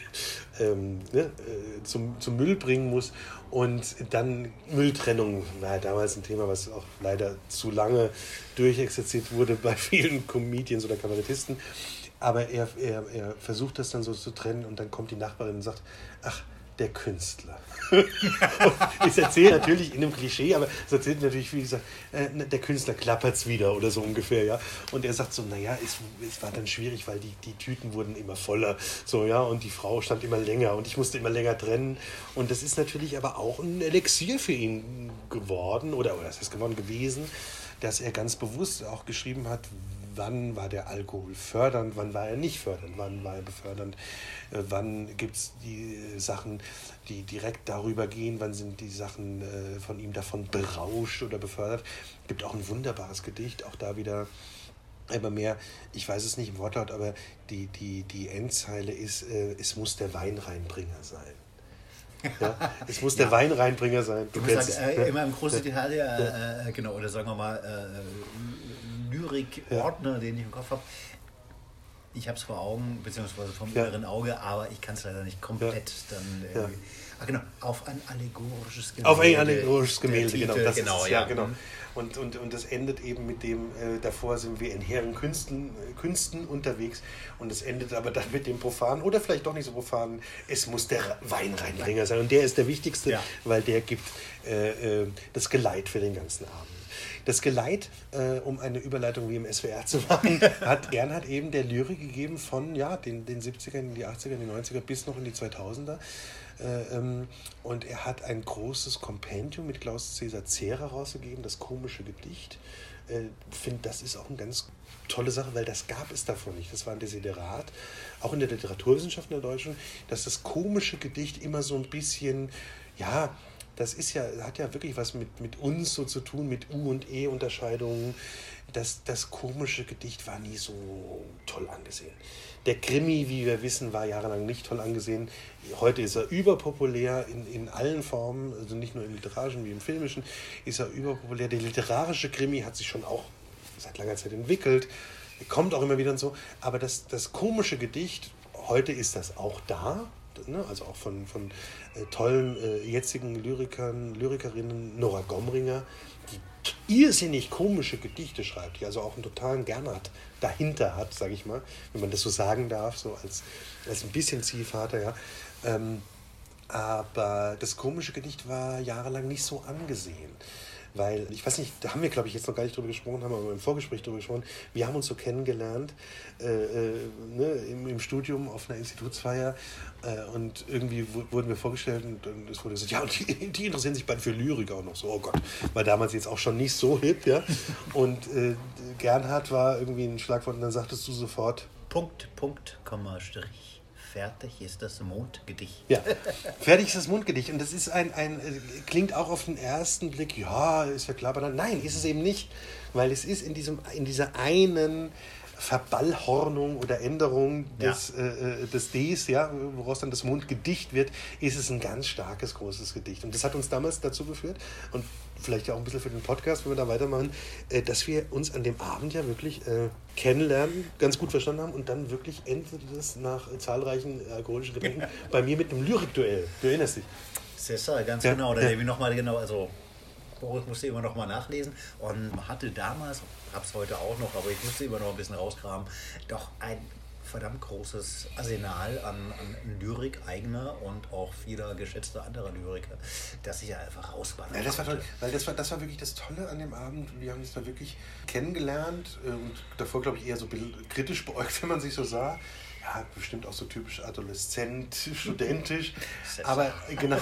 A: zum Müll bringen muss und dann Mülltrennung war damals ein Thema, was auch leider zu lange durchexerziert wurde bei vielen Comedians oder Kabarettisten. Aber er versucht das dann so zu trennen und dann kommt die Nachbarin und sagt, ach, der Künstler. Ich erzähle natürlich in einem Klischee, aber es erzählt natürlich, wie gesagt, der Künstler klappert's wieder oder so ungefähr, ja. Und er sagt so, naja, es war dann schwierig, weil die Tüten wurden immer voller, so, ja, und die Frau stand immer länger und ich musste immer länger trennen. Und das ist natürlich aber auch ein Elixier für ihn geworden, oder das ist gewesen, dass er ganz bewusst auch geschrieben hat, wann war der Alkohol fördernd, wann war er nicht fördernd, wann war er befördernd, wann gibt es die Sachen, die direkt darüber gehen, wann sind die Sachen von ihm davon berauscht oder befördert. Es gibt auch ein wunderbares Gedicht, auch da wieder immer mehr, ich weiß es nicht im Wortlaut, aber die Endzeile ist, es muss der Weinreinbringer sein. Ja, es muss der Weinreinbringer sein.
B: Du kennst sagen, immer im großen Detail, genau, oder sagen wir mal, Lyrikordner, den ich im Kopf habe. Ich habe es vor Augen, beziehungsweise vom inneren Auge, aber ich kann es leider nicht komplett dann irgendwie. Ah, genau, auf ein allegorisches Gemälde.
A: Auf ein allegorisches Gemälde, genau.
B: Titel,
A: Das
B: genau,
A: ist, ja, genau. Und das endet eben mit dem, davor sind wir in hehren Künsten unterwegs und es endet aber dann mit dem profanen oder vielleicht doch nicht so profanen, es muss der Weinreinbringer sein und der ist der wichtigste, weil der gibt das Geleit für den ganzen Abend. Das Geleit, um eine Überleitung wie im SWR zu machen, hat Gernhardt eben der Lyrik gegeben von den 70ern, die 80er, die 90er bis noch in die 2000er. Und er hat ein großes Kompendium mit Klaus Cäsar Zehrer rausgegeben, das komische Gedicht. Ich finde, das ist auch eine ganz tolle Sache, weil das gab es davor nicht. Das war ein Desiderat, auch in der Literaturwissenschaft in der Deutschen, dass das komische Gedicht immer so ein bisschen, das ist hat ja wirklich was mit uns so zu tun, mit U- und E-Unterscheidungen. Das komische Gedicht war nie so toll angesehen. Der Krimi, wie wir wissen, war jahrelang nicht toll angesehen. Heute ist er überpopulär in allen Formen, also nicht nur im literarischen wie im filmischen, ist er überpopulär. Der literarische Krimi hat sich schon auch seit langer Zeit entwickelt, kommt auch immer wieder und so. Aber das komische Gedicht, heute ist das auch da, ne? Also auch von tollen jetzigen Lyrikerinnen, Nora Gomringer, die irrsinnig komische Gedichte schreibt, die also auch einen totalen Gernhardt dahinter hat, sage ich mal, wenn man das so sagen darf, so als ein bisschen Ziehvater, aber das komische Gedicht war jahrelang nicht so angesehen. Weil, ich weiß nicht, da haben wir, glaube ich, jetzt noch gar nicht drüber gesprochen, haben aber im Vorgespräch drüber gesprochen. Wir haben uns so kennengelernt im Studium auf einer Institutsfeier und irgendwie wurden wir vorgestellt und es wurde gesagt, und die interessieren sich beide für Lyrik auch noch so. Oh Gott, war damals jetzt auch schon nicht so hip, ja. Und Gernhardt war irgendwie ein Schlagwort und dann sagtest du sofort
B: Punkt, Komma, Strich. Fertig ist das Mondgedicht.
A: Ja, fertig ist das Mondgedicht. Und das ist klingt auch auf den ersten Blick, ist ja klar, aber nein, ist es eben nicht. Weil es ist in dieser einen Verballhornung oder Änderung des Ds, woraus dann das Mondgedicht wird, ist es ein ganz starkes, großes Gedicht. Und das hat uns damals dazu geführt, und vielleicht ja auch ein bisschen für den Podcast, wenn wir da weitermachen, dass wir uns an dem Abend ja wirklich kennenlernen, ganz gut verstanden haben und dann wirklich endete das nach zahlreichen alkoholischen Getränken bei mir mit einem Lyrikduell. Du erinnerst dich?
B: Cäsar, ganz genau. Da nochmal genau, also Boris musste immer noch mal nachlesen und man hatte damals, hab's heute auch noch, aber ich musste immer noch ein bisschen rauskramen, doch ein verdammt großes Arsenal an Lyrik eigener und auch vieler geschätzter anderer Lyriker, das ich ja einfach rausballern
A: konnte. Das war toll, weil das war wirklich das Tolle an dem Abend. Wir haben uns da wirklich kennengelernt und davor, glaube ich, eher so ein bisschen kritisch beäugt, wenn man sich so sah. Ja, bestimmt auch so typisch adoleszent, studentisch. Aber genau,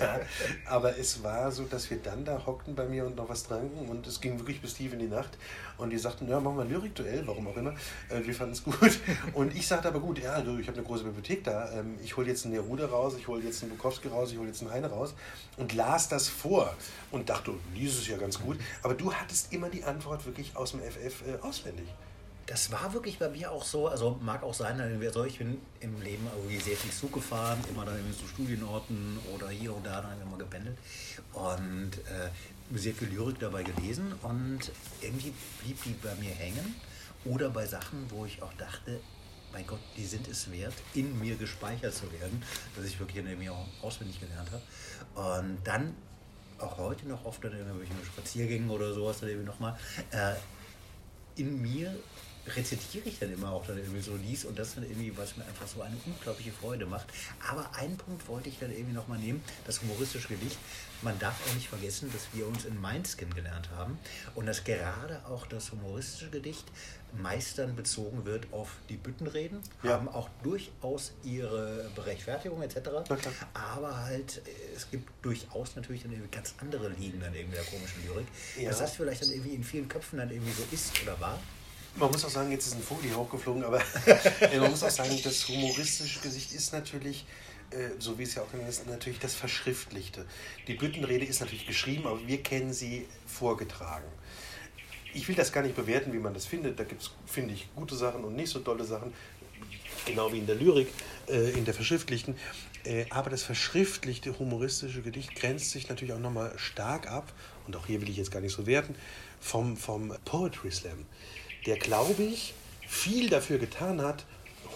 A: aber es war so, dass wir dann da hockten bei mir und noch was tranken und es ging wirklich bis tief in die Nacht. Und die sagten, ja, machen wir ein Lyrikduell, warum auch immer. Wir fanden es gut. Und ich sagte aber gut, ich habe eine große Bibliothek da. Ich hole jetzt einen Neruda raus, ich hole jetzt einen Bukowski raus, ich hole jetzt einen Heine raus und las das vor. Und dachte, lies es ja ganz gut. Aber du hattest immer die Antwort wirklich aus dem FF auswendig.
B: Das war wirklich bei mir auch so, also mag auch sein, also ich bin im Leben irgendwie sehr viel Zug gefahren, immer dann zu Studienorten oder hier und da dann immer gependelt und sehr viel Lyrik dabei gelesen und irgendwie blieb die bei mir hängen oder bei Sachen, wo ich auch dachte, mein Gott, die sind es wert, in mir gespeichert zu werden, dass ich wirklich irgendwie auch auswendig gelernt habe und dann auch heute noch oft in irgendwelchen Spaziergängen oder sowas dann irgendwie nochmal in mir rezitiere ich dann immer auch dann irgendwie so dies und das dann irgendwie, was mir einfach so eine unglaubliche Freude macht. Aber einen Punkt wollte ich dann irgendwie nochmal nehmen, das humoristische Gedicht. Man darf auch nicht vergessen, dass wir uns in Mainz kennengelernt haben und dass gerade auch das humoristische Gedicht meist dann bezogen wird auf die Büttenreden, haben auch durchaus ihre Berechtfertigung etc. Aber halt, es gibt durchaus natürlich dann irgendwie ganz andere Ligen dann irgendwie der komischen Lyrik. Ja. Dass das vielleicht dann irgendwie in vielen Köpfen dann irgendwie so ist oder war.
A: Man muss auch sagen, jetzt ist ein Vogel hier hochgeflogen, aber man muss auch sagen, das humoristische Gesicht ist natürlich, so wie es ja auch genannt ist, natürlich das Verschriftlichte. Die Büttenrede ist natürlich geschrieben, aber wir kennen sie vorgetragen. Ich will das gar nicht bewerten, wie man das findet. Da gibt es, finde ich, gute Sachen und nicht so tolle Sachen, genau wie in der Lyrik, in der verschriftlichten. Aber das verschriftlichte humoristische Gedicht grenzt sich natürlich auch nochmal stark ab, und auch hier will ich jetzt gar nicht so werten, vom Poetry Slam, der, glaube ich, viel dafür getan hat,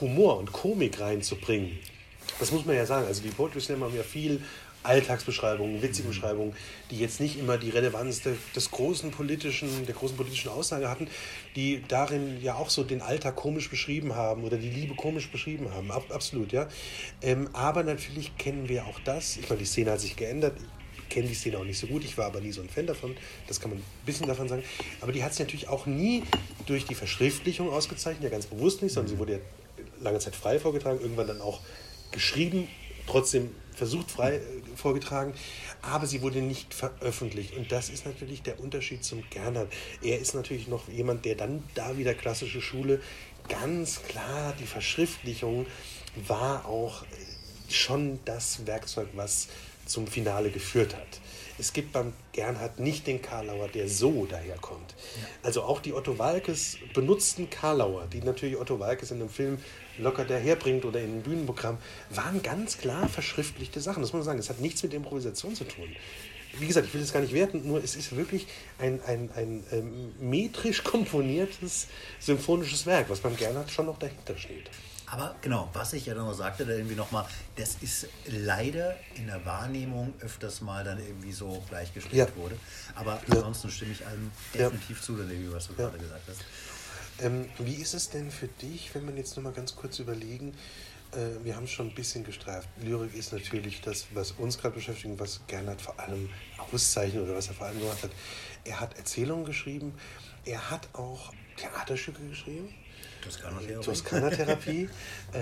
A: Humor und Komik reinzubringen. Das muss man ja sagen. Also die Poetry Slam haben ja viel Alltagsbeschreibungen, witzige Beschreibungen, die jetzt nicht immer die Relevanz der großen politischen Aussage hatten, die darin ja auch so den Alltag komisch beschrieben haben oder die Liebe komisch beschrieben haben. Absolut, ja. Aber natürlich kennen wir auch das. Ich meine, die Szene hat sich geändert. Ich kenne die Szene auch nicht so gut. Ich war aber nie so ein Fan davon. Das kann man ein bisschen davon sagen. Aber die hat sich natürlich auch nie durch die Verschriftlichung ausgezeichnet, ja ganz bewusst nicht, sondern sie wurde ja lange Zeit frei vorgetragen, irgendwann dann auch geschrieben, trotzdem versucht frei vorgetragen, aber sie wurde nicht veröffentlicht. Und das ist natürlich der Unterschied zum Gernhardt. Er ist natürlich noch jemand, der dann da wieder klassische Schule, ganz klar, die Verschriftlichung war auch schon das Werkzeug, was zum Finale geführt hat. Es gibt beim Gernhardt nicht den Karlauer, der so daherkommt. Ja. Also auch die Otto Waalkes benutzten Karlauer, die natürlich Otto Waalkes in einem Film locker daherbringt oder in einem Bühnenprogramm, waren ganz klar verschriftlichte Sachen. Das muss man sagen, es hat nichts mit Improvisation zu tun. Wie gesagt, ich will das gar nicht werten, nur es ist wirklich ein metrisch komponiertes symphonisches Werk, was beim Gernhardt schon noch dahinter steht.
B: Aber genau, was ich ja noch sagte, da irgendwie nochmal, das ist leider in der Wahrnehmung öfters mal dann irgendwie so gleichgestellt wurde. Aber ansonsten stimme ich allem definitiv zu, was du gerade gesagt hast.
A: Wie ist es denn für dich, wenn man jetzt nochmal ganz kurz überlegen, wir haben schon ein bisschen gestreift. Lyrik ist natürlich das, was uns gerade beschäftigt, was Gernhardt vor allem auszeichnet oder was er vor allem gemacht hat. Er hat Erzählungen geschrieben, er hat auch Theaterstücke geschrieben. Toskana-Therapie.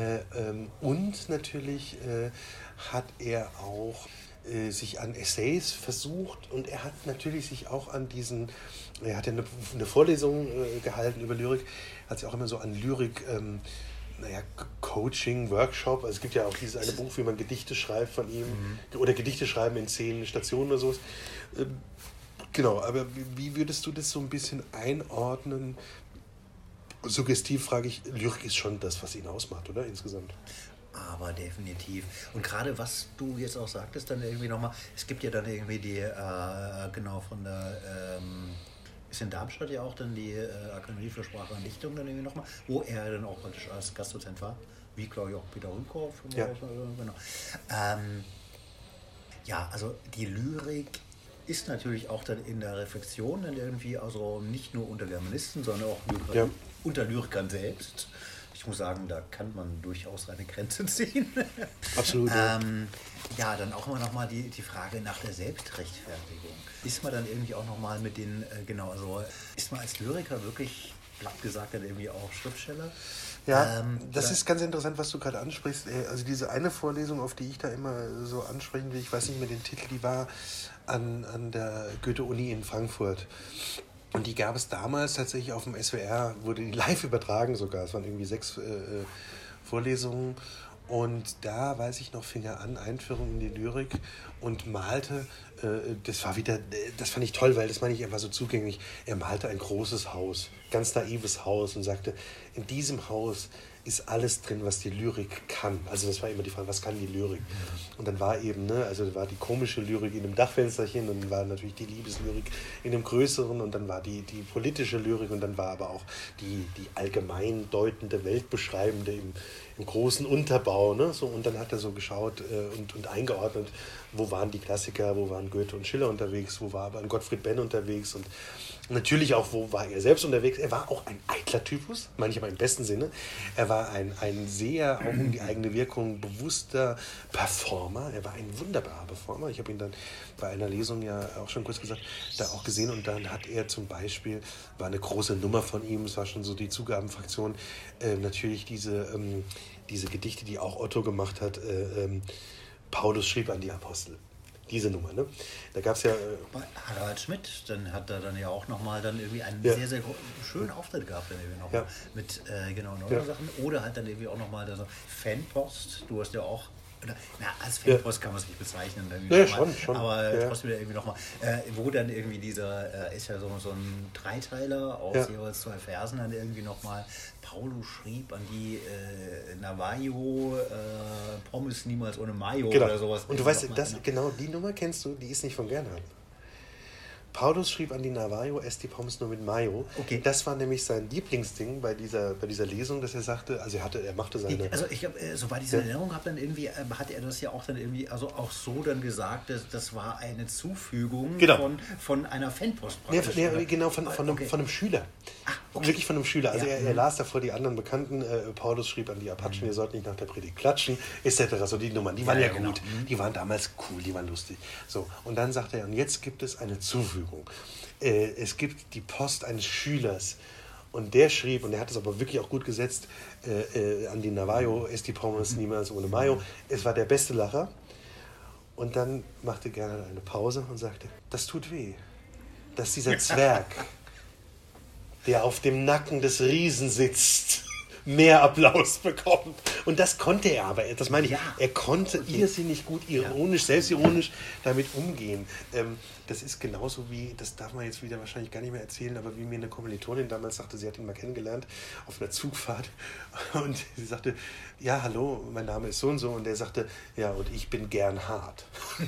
A: Und natürlich hat er auch sich an Essays versucht und er hat natürlich sich auch an er hat ja eine Vorlesung gehalten über Lyrik, hat sich auch immer so an Lyrik, Coaching, Workshop, also es gibt ja auch dieses eine Buch, wie man Gedichte schreibt von ihm, oder Gedichte schreiben in 10 Stationen oder sowas. Genau, aber wie würdest du das so ein bisschen einordnen? Suggestiv frage ich, Lyrik ist schon das, was ihn ausmacht, oder insgesamt?
B: Aber definitiv. Und gerade was du jetzt auch sagtest, dann irgendwie nochmal, es gibt ja dann irgendwie die, genau von der, ist in Darmstadt ja auch dann die Akademie für Sprache und Dichtung dann irgendwie nochmal, wo er dann auch praktisch als Gastdozent war, wie glaube ich auch Peter Rühmkorff.
A: Ja.
B: Genau. Also die Lyrik ist natürlich auch dann in der Reflexion dann irgendwie, also nicht nur unter Germanisten, sondern auch unter Lyrikern selbst. Ich muss sagen, da kann man durchaus eine Grenze ziehen.
A: Absolut.
B: Dann auch immer nochmal die Frage nach der Selbstrechtfertigung. Ist man dann irgendwie auch nochmal mit den, ist man als Lyriker wirklich, platt gesagt, dann irgendwie auch Schriftsteller?
A: Ja, das ist ganz interessant, was du gerade ansprichst. Also diese eine Vorlesung, auf die ich da immer so ansprechen will, ich weiß nicht mehr den Titel, die war an der Goethe-Uni in Frankfurt. Und die gab es damals tatsächlich auf dem SWR, wurde die live übertragen sogar. Es waren irgendwie 6 Vorlesungen. Und da, weiß ich noch, fing er an, Einführung in die Lyrik und malte, das fand ich toll, weil das meine ich, er war so zugänglich. Er malte ein großes Haus, ganz naives Haus und sagte, in diesem Haus ist alles drin, was die Lyrik kann. Also das war immer die Frage, was kann die Lyrik? Und dann war eben, war die komische Lyrik in einem Dachfensterchen und dann war natürlich die Liebeslyrik in einem größeren und dann war die politische Lyrik und dann war aber auch die allgemein deutende, weltbeschreibende im großen Unterbau. Ne? So, und dann hat er so geschaut und eingeordnet, wo waren die Klassiker, wo waren Goethe und Schiller unterwegs, wo war aber ein Gottfried Benn unterwegs und natürlich auch, wo war er selbst unterwegs. Er war auch ein eitler Typus, manchmal im besten Sinne. Er war ein sehr, auch um die eigene Wirkung, bewusster Performer. Er war ein wunderbarer Performer. Ich habe ihn dann bei einer Lesung ja auch schon kurz gesagt, da auch gesehen. Und dann hat er zum Beispiel, war eine große Nummer von ihm, es war schon so die Zugabenfraktion, natürlich diese Gedichte, die auch Otto gemacht hat, Paulus schrieb an die Apostel. Diese Nummer, ne? Da gab es ja...
B: Bei Harald Schmidt, dann hat er dann ja auch nochmal dann irgendwie einen sehr, sehr schönen Auftritt gehabt, dann irgendwie nochmal mit neuen Sachen. Oder halt dann irgendwie auch nochmal so Fanpost. Du hast ja auch... als Fanpost kann man es nicht bezeichnen.
A: Ja, schon.
B: Aber trotzdem irgendwie nochmal, wo dann irgendwie dieser, ist ja so ein Dreiteiler aus jeweils 2 Versen, dann irgendwie nochmal, Paulus schrieb an die Navajo, Pommes niemals ohne Mayo oder sowas.
A: Und du weißt, genau die Nummer kennst du, die ist nicht von Gernhardt. Paulus schrieb an die Navajo, ess die Pommes nur mit Mayo.
B: Okay.
A: Das war nämlich sein Lieblingsding bei dieser Lesung, dass er sagte, also er machte seine...
B: Also ich glaube, soweit ich es in Erinnerung habe, dann irgendwie hat er das ja auch dann irgendwie, also auch so dann gesagt, dass das war eine Zufügung von einer Fanpost praktisch.
A: Genau, von einem Schüler. Okay. Wirklich von einem Schüler. Also er las davor die anderen Bekannten, Paulus schrieb an die Apachen, ihr sollt nicht nach der Predigt klatschen, etc. So die Nummern, die waren ja gut. Genau. Die waren damals cool, die waren lustig. So, und dann sagt er, und jetzt gibt es eine Zufügung. Es gibt die Post eines Schülers. Und der schrieb, und er hat es aber wirklich auch gut gesetzt, an die Navajo, ess die Pommes niemals ohne Mayo. Es war der beste Lacher. Und dann machte Gernot eine Pause und sagte, das tut weh, dass dieser Zwerg, der auf dem Nacken des Riesen sitzt, mehr Applaus bekommt. Und das konnte er aber, das meine ich, er konnte irrsinnig gut, ironisch, selbstironisch damit umgehen. Das ist genauso wie, das darf man jetzt wieder wahrscheinlich gar nicht mehr erzählen, aber wie mir eine Kommilitonin damals sagte, sie hat ihn mal kennengelernt auf einer Zugfahrt und sie sagte, ja, hallo, mein Name ist so und so, und der sagte, ja, und ich bin gern hart.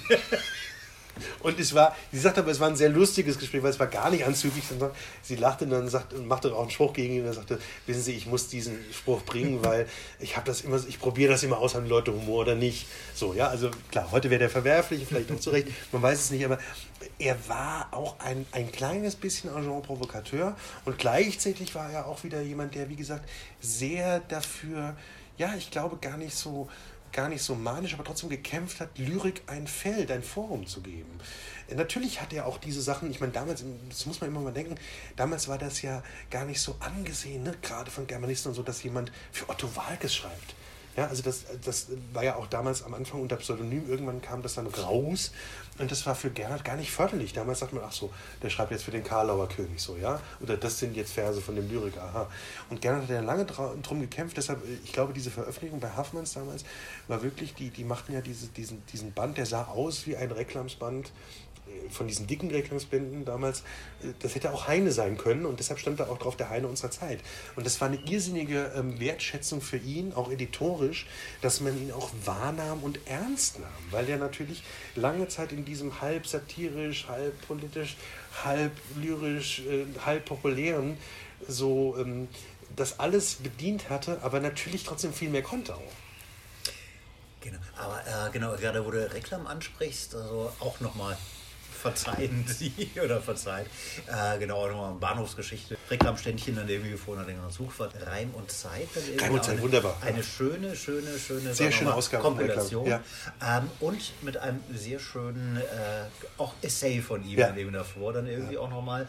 A: Und sie sagte aber, es war ein sehr lustiges Gespräch, weil es war gar nicht anzüglich, sondern sie lachte und dann machte auch einen Spruch gegen ihn und sagte, wissen Sie, ich muss diesen Spruch bringen, weil ich probiere das immer aus, haben die Leute Humor oder nicht. So, ja, also klar, heute wäre der verwerflich, vielleicht auch zurecht, man weiß es nicht, aber er war auch ein kleines bisschen Agent Provocateur und gleichzeitig war er auch wieder jemand, der, wie gesagt, sehr dafür, ja, ich glaube gar nicht so manisch, aber trotzdem gekämpft hat, Lyrik ein Feld, ein Forum zu geben. Natürlich hat er auch diese Sachen, ich meine, damals, das muss man immer mal denken, damals war das ja gar nicht so angesehen, ne? Gerade von Germanisten und so, dass jemand für Otto Waalkes schreibt. Ja, also das war ja auch damals am Anfang unter Pseudonym, irgendwann kam das dann raus und das war für Gernot gar nicht förderlich. Damals sagt man, ach so, der schreibt jetzt für den Karlauer König so, ja, oder das sind jetzt Verse von dem Lyriker, aha. Und Gernot hat ja lange drum gekämpft, deshalb, ich glaube, diese Veröffentlichung bei Haffmanns damals war wirklich, die machten ja diesen Band, der sah aus wie ein Reklamsband von diesen dicken Reklamsbänden damals, das hätte auch Heine sein können und deshalb stand da auch drauf der Heine unserer Zeit. Und das war eine irrsinnige Wertschätzung für ihn, auch editorisch, dass man ihn auch wahrnahm und ernst nahm, weil er natürlich lange Zeit in diesem halb satirisch, halb politisch, halb lyrisch, halb populären so das alles bedient hatte, aber natürlich trotzdem viel mehr konnte auch.
B: Genau, aber gerade wo du Reklam ansprichst, also auch nochmal verzeihen Sie oder verzeiht. Genau, nochmal Bahnhofsgeschichte. Reklamständchen dann irgendwie vor einer längeren Zugfahrt. Reim und Zeit.
A: Reim und Zeit, wunderbar.
B: Eine schöne,
A: sehr schöne Ausgabe
B: Kompilation. Ja. Und mit einem sehr schönen auch Essay von ihm dann eben davor. Dann irgendwie auch nochmal.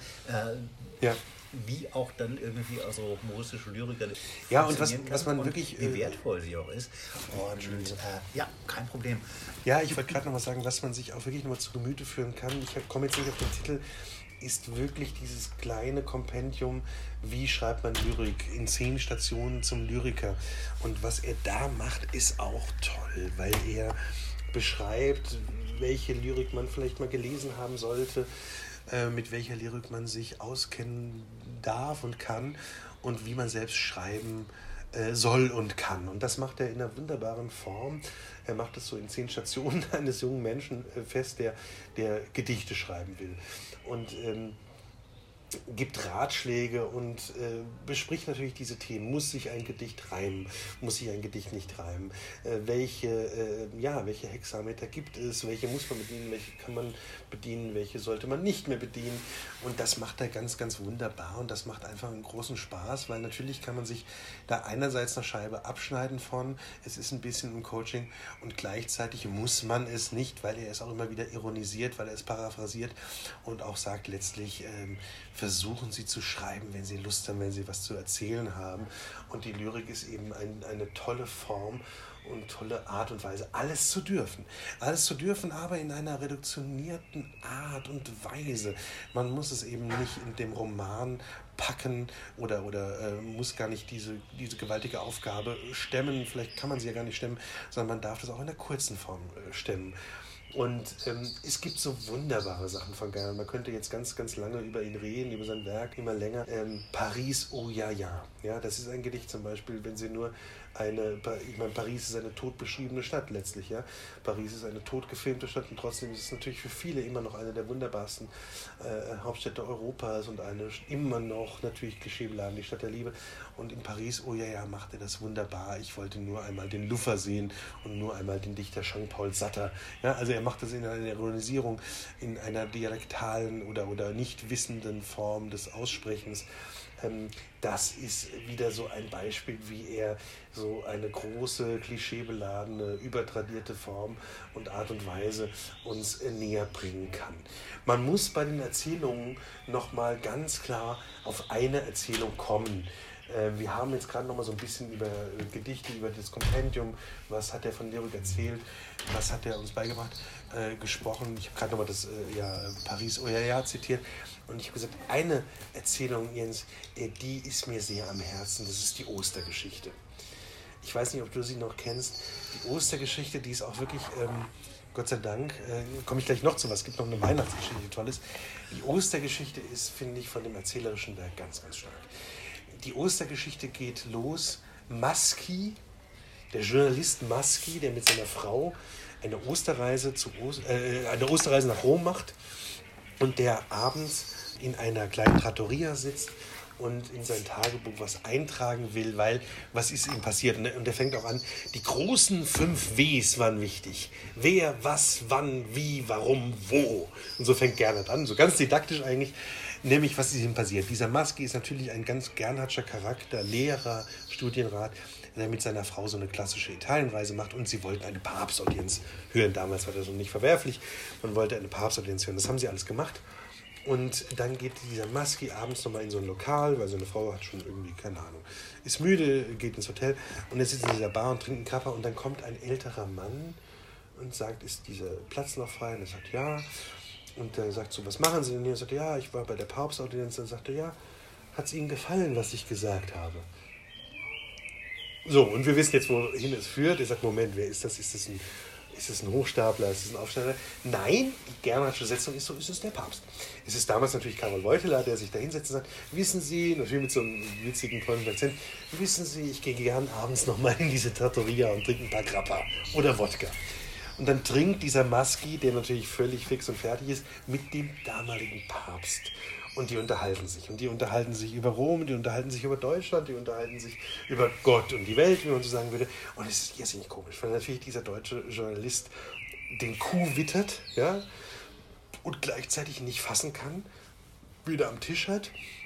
B: Wie auch dann irgendwie, also humoristische Lyriker.
A: Ja, und was man wirklich.
B: Wie wertvoll sie auch ist. Und kein Problem.
A: Ja, ich wollte gerade noch mal sagen, was man sich auch wirklich noch mal zu Gemüte führen kann. Ich komme jetzt nicht auf den Titel. Ist wirklich dieses kleine Kompendium, wie schreibt man Lyrik in 10 Stationen zum Lyriker. Und was er da macht, ist auch toll, weil er beschreibt, welche Lyrik man vielleicht mal gelesen haben sollte, mit welcher Lyrik man sich auskennen darf und kann und wie man selbst schreiben soll und kann. Und das macht er in einer wunderbaren Form. Er macht es so in 10 Stationen eines jungen Menschen fest, der Gedichte schreiben will. Und gibt Ratschläge und bespricht natürlich diese Themen. Muss sich ein Gedicht reimen? Muss sich ein Gedicht nicht reimen? Welche Hexameter gibt es? Welche muss man bedienen? Welche kann man bedienen? Welche sollte man nicht mehr bedienen? Und das macht er ganz, ganz wunderbar und das macht einfach einen großen Spaß, weil natürlich kann man sich da einerseits eine Scheibe abschneiden von, es ist ein bisschen im Coaching und gleichzeitig muss man es nicht, weil er es auch immer wieder ironisiert, weil er es paraphrasiert und auch sagt letztlich, versuchen Sie zu schreiben, wenn Sie Lust haben, wenn Sie was zu erzählen haben. Und die Lyrik ist eben eine tolle Form und tolle Art und Weise, alles zu dürfen. Alles zu dürfen, aber in einer reduktionierten Art und Weise. Man muss es eben nicht in dem Roman packen oder muss gar nicht diese gewaltige Aufgabe stemmen. Vielleicht kann man sie ja gar nicht stemmen, sondern man darf das auch in der kurzen Form stemmen. Und es gibt so wunderbare Sachen von Gernot. Man könnte jetzt ganz, ganz lange über ihn reden, über sein Werk, immer länger. Paris, oh ja, ja. Ja, das ist ein Gedicht zum Beispiel, wenn Sie nur ich meine, Paris ist eine totbeschriebene Stadt letztlich, ja. Paris ist eine totgefilmte Stadt und trotzdem ist es natürlich für viele immer noch eine der wunderbarsten Hauptstädte Europas und eine immer noch natürlich klischeebeladen, die Stadt der Liebe. Und in Paris, oh ja, macht er das wunderbar. Ich wollte nur einmal den Louvre sehen und nur einmal den Dichter Jean-Paul Sartre. Ja, also er macht das in einer Ironisierung, in einer dialektalen oder nicht wissenden Form des Aussprechens. Das ist wieder so ein Beispiel, wie er so eine große, klischeebeladene, übertradierte Form und Art und Weise uns näher bringen kann. Man muss bei den Erzählungen nochmal ganz klar auf eine Erzählung kommen. Wir haben jetzt gerade noch mal so ein bisschen über Gedichte, über das Kompendium, was hat er von Lyrik erzählt, was hat er uns beigebracht, gesprochen. Ich habe gerade noch mal das Paris, oh ja, zitiert. Und ich habe gesagt, eine Erzählung, Jens, die ist mir sehr am Herzen, das ist die Ostergeschichte. Ich weiß nicht, ob du sie noch kennst. Die Ostergeschichte, die ist auch wirklich, Gott sei Dank, komme ich gleich noch zu was, es gibt noch eine Weihnachtsgeschichte, die toll ist. Die Ostergeschichte ist, finde ich, von dem erzählerischen Werk ganz, ganz stark. Die Ostergeschichte geht los. Maschi, der Journalist Maschi, der mit seiner Frau eine Osterreise nach Rom macht und der abends in einer kleinen Trattoria sitzt und in sein Tagebuch was eintragen will, weil was ist ihm passiert. Und er fängt auch an, die großen 5 Ws waren wichtig. Wer, was, wann, wie, warum, wo. Und so fängt Gernhardt an, so ganz didaktisch eigentlich. Nämlich, was ist ihm passiert? Dieser Maschi ist natürlich ein ganz Gernhardtscher Charakter, Lehrer, Studienrat, der mit seiner Frau so eine klassische Italienreise macht und sie wollten eine Papstaudienz hören. Damals war das noch nicht verwerflich. Man wollte eine Papstaudienz hören. Das haben sie alles gemacht. Und dann geht dieser Maschi abends nochmal in so ein Lokal, weil seine Frau hat schon irgendwie, keine Ahnung, ist müde, geht ins Hotel und er sitzt in dieser Bar und trinkt einen Kappa und dann kommt ein älterer Mann und sagt, ist dieser Platz noch frei? Und er sagt, ja. Und er sagt so, was machen Sie denn hier? Er sagt, ja, ich war bei der Papstaudienz. Dann sagt er, ja, hat es Ihnen gefallen, was ich gesagt habe? So, und wir wissen jetzt, wohin es führt. Er sagt, Moment, wer ist das? Ist das ein Hochstapler? Ist das ein Aufsteiger? Nein, die Gernhardtsche Setzung ist so, ist es der Papst. Es ist damals natürlich Karol Wojtyła, der sich da hinsetzt und sagt, wissen Sie, natürlich mit so einem witzigen, tollen Akzent, wissen Sie, ich gehe gern abends nochmal in diese Trattoria und trinke ein paar Grappa oder Wodka. Und dann trinkt dieser Maschi, der natürlich völlig fix und fertig ist, mit dem damaligen Papst. Und die unterhalten sich. Und die unterhalten sich über Rom, die unterhalten sich über Deutschland, die unterhalten sich über Gott und die Welt, wie man so sagen würde. Und es ist jetzt nicht komisch, weil natürlich dieser deutsche Journalist den Coup wittert, ja, und gleichzeitig nicht fassen kann, wieder am Tisch hat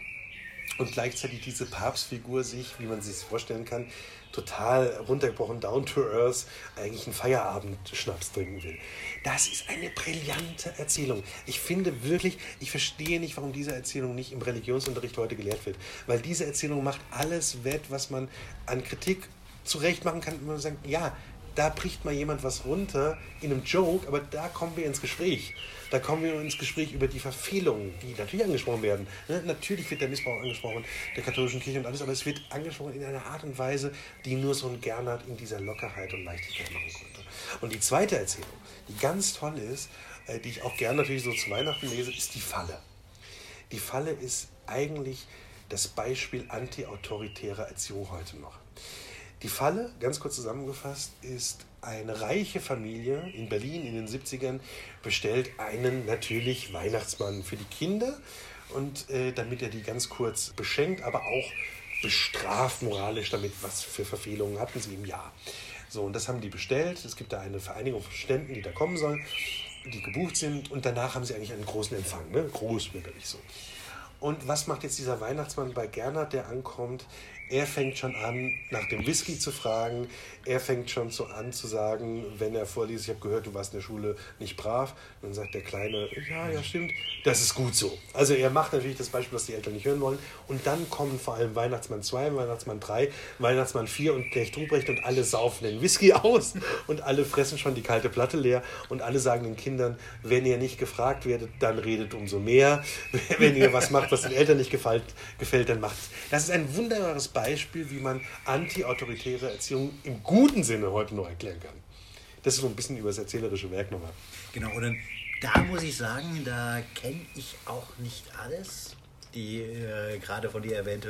A: und gleichzeitig diese Papstfigur sich, wie man sich es vorstellen kann, total runtergebrochen, down to earth, eigentlich einen Feierabendschnaps trinken will. Das ist eine brillante Erzählung. Ich finde wirklich, ich verstehe nicht, warum diese Erzählung nicht im Religionsunterricht heute gelehrt wird. Weil diese Erzählung macht alles wett, was man an Kritik zurecht machen kann. Man sagt, ja, da bricht mal jemand was runter in einem Joke, aber da kommen wir ins Gespräch. Da kommen wir ins Gespräch über die Verfehlungen, die natürlich angesprochen werden. Natürlich wird der Missbrauch angesprochen, der katholischen Kirche und alles, aber es wird angesprochen in einer Art und Weise, die nur so ein Gernhardt in dieser Lockerheit und Leichtigkeit machen konnte. Und die zweite Erzählung, die ganz toll ist, die ich auch gerne natürlich so zu Weihnachten lese, ist die Falle. Die Falle ist eigentlich das Beispiel anti-autoritärer Erziehung heute noch. Die Falle, ganz kurz zusammengefasst, ist eine reiche Familie in Berlin in den 70ern, bestellt einen natürlich Weihnachtsmann für die Kinder und damit er die ganz kurz beschenkt, aber auch bestraft moralisch damit, was für Verfehlungen hatten sie im Jahr. So, und das haben die bestellt. Es gibt da eine Vereinigung von Ständen, die da kommen sollen, die gebucht sind und danach haben sie eigentlich einen großen Empfang, ne? Großbürgerlich so. Und was macht jetzt dieser Weihnachtsmann bei Gernhardt, der ankommt? Er fängt schon an, nach dem Whisky zu fragen. Er fängt schon so an zu sagen, wenn er vorliest, ich habe gehört, du warst in der Schule nicht brav. Dann sagt der Kleine, ja, stimmt, das ist gut so. Also er macht natürlich das Beispiel, was die Eltern nicht hören wollen. Und dann kommen vor allem Weihnachtsmann 2, Weihnachtsmann 3, Weihnachtsmann 4 und Knecht Ruprecht und alle saufen den Whisky aus und alle fressen schon die kalte Platte leer und alle sagen den Kindern, wenn ihr nicht gefragt werdet, dann redet umso mehr. Wenn ihr was macht, was den Eltern nicht gefällt, dann macht es. Das ist ein wunderbares Beispiel, wie man anti-autoritäre Erziehung im guten Sinne heute noch erklären kann. Das ist so ein bisschen über das erzählerische Werk nochmal.
B: Genau, und dann, da muss ich sagen, da kenne ich auch nicht alles. Die gerade von dir erwähnte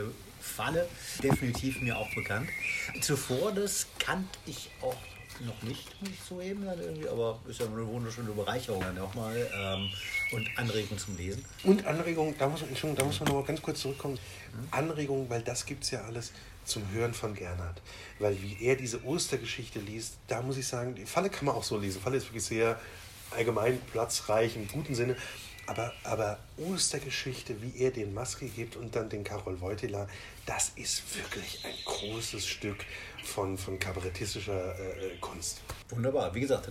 B: Falle, definitiv mir auch bekannt. Zuvor, das kannte ich auch noch nicht, muss ich zugeben, dann irgendwie, aber ist ja eine wunderschöne Bereicherung dann auch mal und Anregung zum Lesen.
A: Und Anregung, da muss man noch mal ganz kurz zurückkommen. Anregung, weil das gibt es ja alles zum Hören von Gernhardt. Weil wie er diese Ostergeschichte liest, da muss ich sagen, die Falle kann man auch so lesen. Falle ist wirklich sehr allgemein, platzreich, im guten Sinne. Aber Ostergeschichte, wie er den Maske gibt und dann den Karol Wojtyła, das ist wirklich ein großes Stück von kabarettistischer Kunst.
B: Wunderbar, wie gesagt,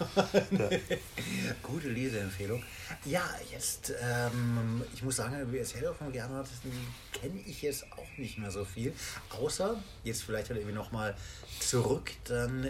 B: gute Leseempfehlung. Ja, jetzt, ich muss sagen, wie Erzähler von Gernhardt kenne ich jetzt auch nicht mehr so viel, außer jetzt vielleicht halt irgendwie nochmal zurück dann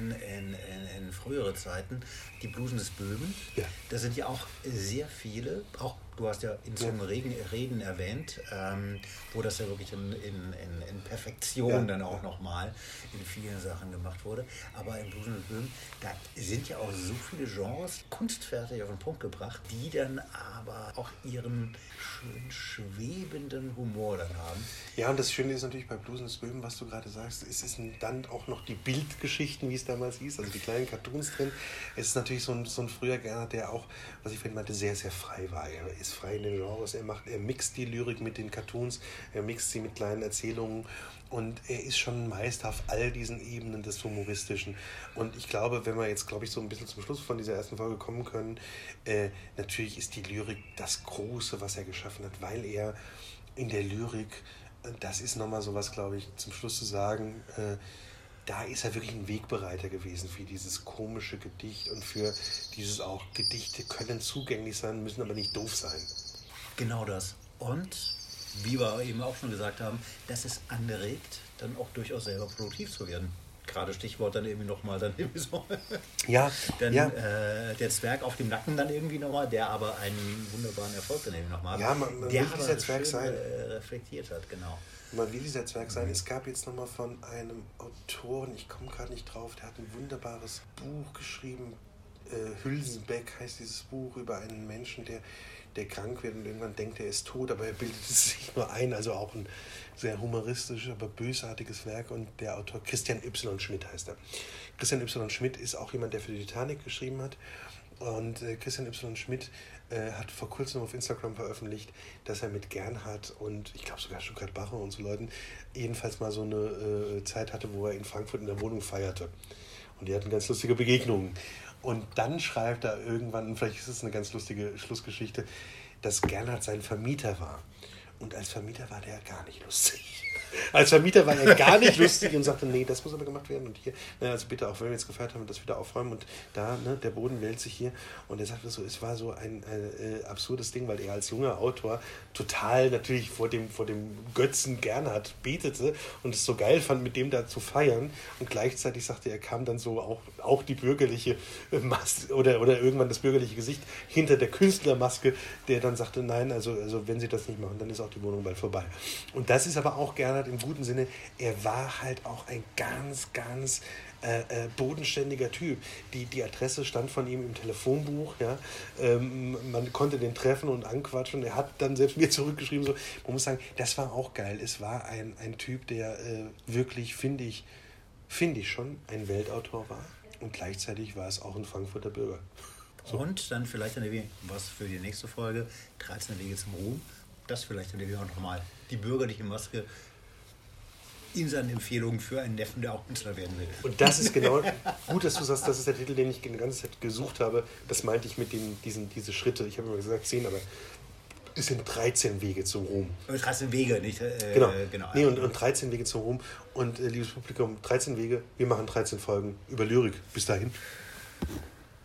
B: in frühere Zeiten, die Blusen des Böhmen. Ja. Da sind ja auch sehr viele, auch du hast ja in so einem Reden erwähnt, wo das ja wirklich in Perfektion dann auch nochmal in vielen Sachen gemacht wurde. Aber in Blusen des Böhmen, da sind ja auch so viele Genres kunstfertig auf den Punkt gebracht, die dann aber auch ihren schön schwebenden Humor dann haben.
A: Ja, und das Schöne ist natürlich bei Blusen des Böhmen, was du gerade sagst, es ist dann auch noch die Bildgeschichten, wie es damals hieß, also die kleinen Cartoons drin. Es ist natürlich so ein früher Gernhardt, der auch, was ich vorhin meinte, sehr, sehr frei war. Er ist frei in den Genres, er mixt die Lyrik mit den Cartoons, er mixt sie mit kleinen Erzählungen und er ist schon Meister auf all diesen Ebenen des Humoristischen. Und ich glaube, wenn wir jetzt, so ein bisschen zum Schluss von dieser ersten Folge kommen können, natürlich ist die Lyrik das Große, was er geschaffen hat, weil er in der Lyrik, das ist nochmal sowas, glaube ich, zum Schluss zu sagen, da ist er wirklich ein Wegbereiter gewesen für dieses komische Gedicht und für dieses auch, Gedichte können zugänglich sein, müssen aber nicht doof sein.
B: Genau das. Und, wie wir eben auch schon gesagt haben, dass es anregt, dann auch durchaus selber produktiv zu werden. Gerade Stichwort dann irgendwie nochmal, dann irgendwie so.
A: Ja.
B: Dann der Zwerg auf dem Nacken dann irgendwie nochmal, der aber einen wunderbaren Erfolg dann irgendwie nochmal hat.
A: Ja, man will dieser Zwerg sein.
B: Reflektiert hat, genau.
A: Man will dieser Zwerg sein. Es gab jetzt nochmal von einem Autoren, ich komme gerade nicht drauf, der hat ein wunderbares Buch geschrieben, Hülsenbeck heißt dieses Buch, über einen Menschen, der krank wird und irgendwann denkt, er ist tot, aber er bildet es sich nur ein, also auch ein sehr humoristisches, aber bösartiges Werk und der Autor Christian Y. Schmidt heißt er. Christian Y. Schmidt ist auch jemand, der für die Titanic geschrieben hat und Christian Y. Schmidt hat vor kurzem auf Instagram veröffentlicht, dass er mit Gernhardt und ich glaube sogar Stuttgart Bacher und so Leuten jedenfalls mal so eine Zeit hatte, wo er in Frankfurt in der Wohnung feierte. Und die hatten ganz lustige Begegnungen. Und dann schreibt er irgendwann, und vielleicht ist es eine ganz lustige Schlussgeschichte, dass Gernhardt sein Vermieter war. Und als Vermieter war der gar nicht lustig. Als Vermieter war er gar nicht lustig und sagte, nee, das muss aber gemacht werden. Und hier, also bitte, auch wenn wir jetzt gefeiert haben, das wieder aufräumen. Und da, der Boden wälzt sich hier. Und er sagte so, es war so ein absurdes Ding, weil er als junger Autor total natürlich vor dem Götzen Gernhardt betete und es so geil fand, mit dem da zu feiern. Und gleichzeitig sagte er, kam dann so auch die bürgerliche Maske oder irgendwann das bürgerliche Gesicht hinter der Künstlermaske, der dann sagte, nein, also wenn Sie das nicht machen, dann ist auch die Wohnung bald vorbei. Und das ist aber auch Gernhardt im guten Sinne, er war halt auch ein ganz, ganz bodenständiger Typ. Die Adresse stand von ihm im Telefonbuch, ja. Man konnte den treffen und anquatschen. Er hat dann selbst mir zurückgeschrieben, so, man muss sagen, das war auch geil. Es war ein Typ, der wirklich, finde ich schon, ein Weltautor war und gleichzeitig war es auch ein Frankfurter Bürger.
B: So. Und dann vielleicht was für die nächste Folge, 13 Wege zum Ruhm, das vielleicht dann auch nochmal die bürgerliche Maske in seinen Empfehlungen für einen Neffen, der auch Künstler werden will.
A: Und das ist genau, gut, dass du sagst, das ist der Titel, den ich die ganze Zeit gesucht habe. Das meinte ich mit diese Schritte. Ich habe immer gesagt 10, aber es sind 13 Wege zum Ruhm.
B: 13 Wege, nicht?
A: Genau. Nee, und 13 Wege zum Ruhm. Und liebes Publikum, 13 Wege, wir machen 13 Folgen über Lyrik. Bis dahin.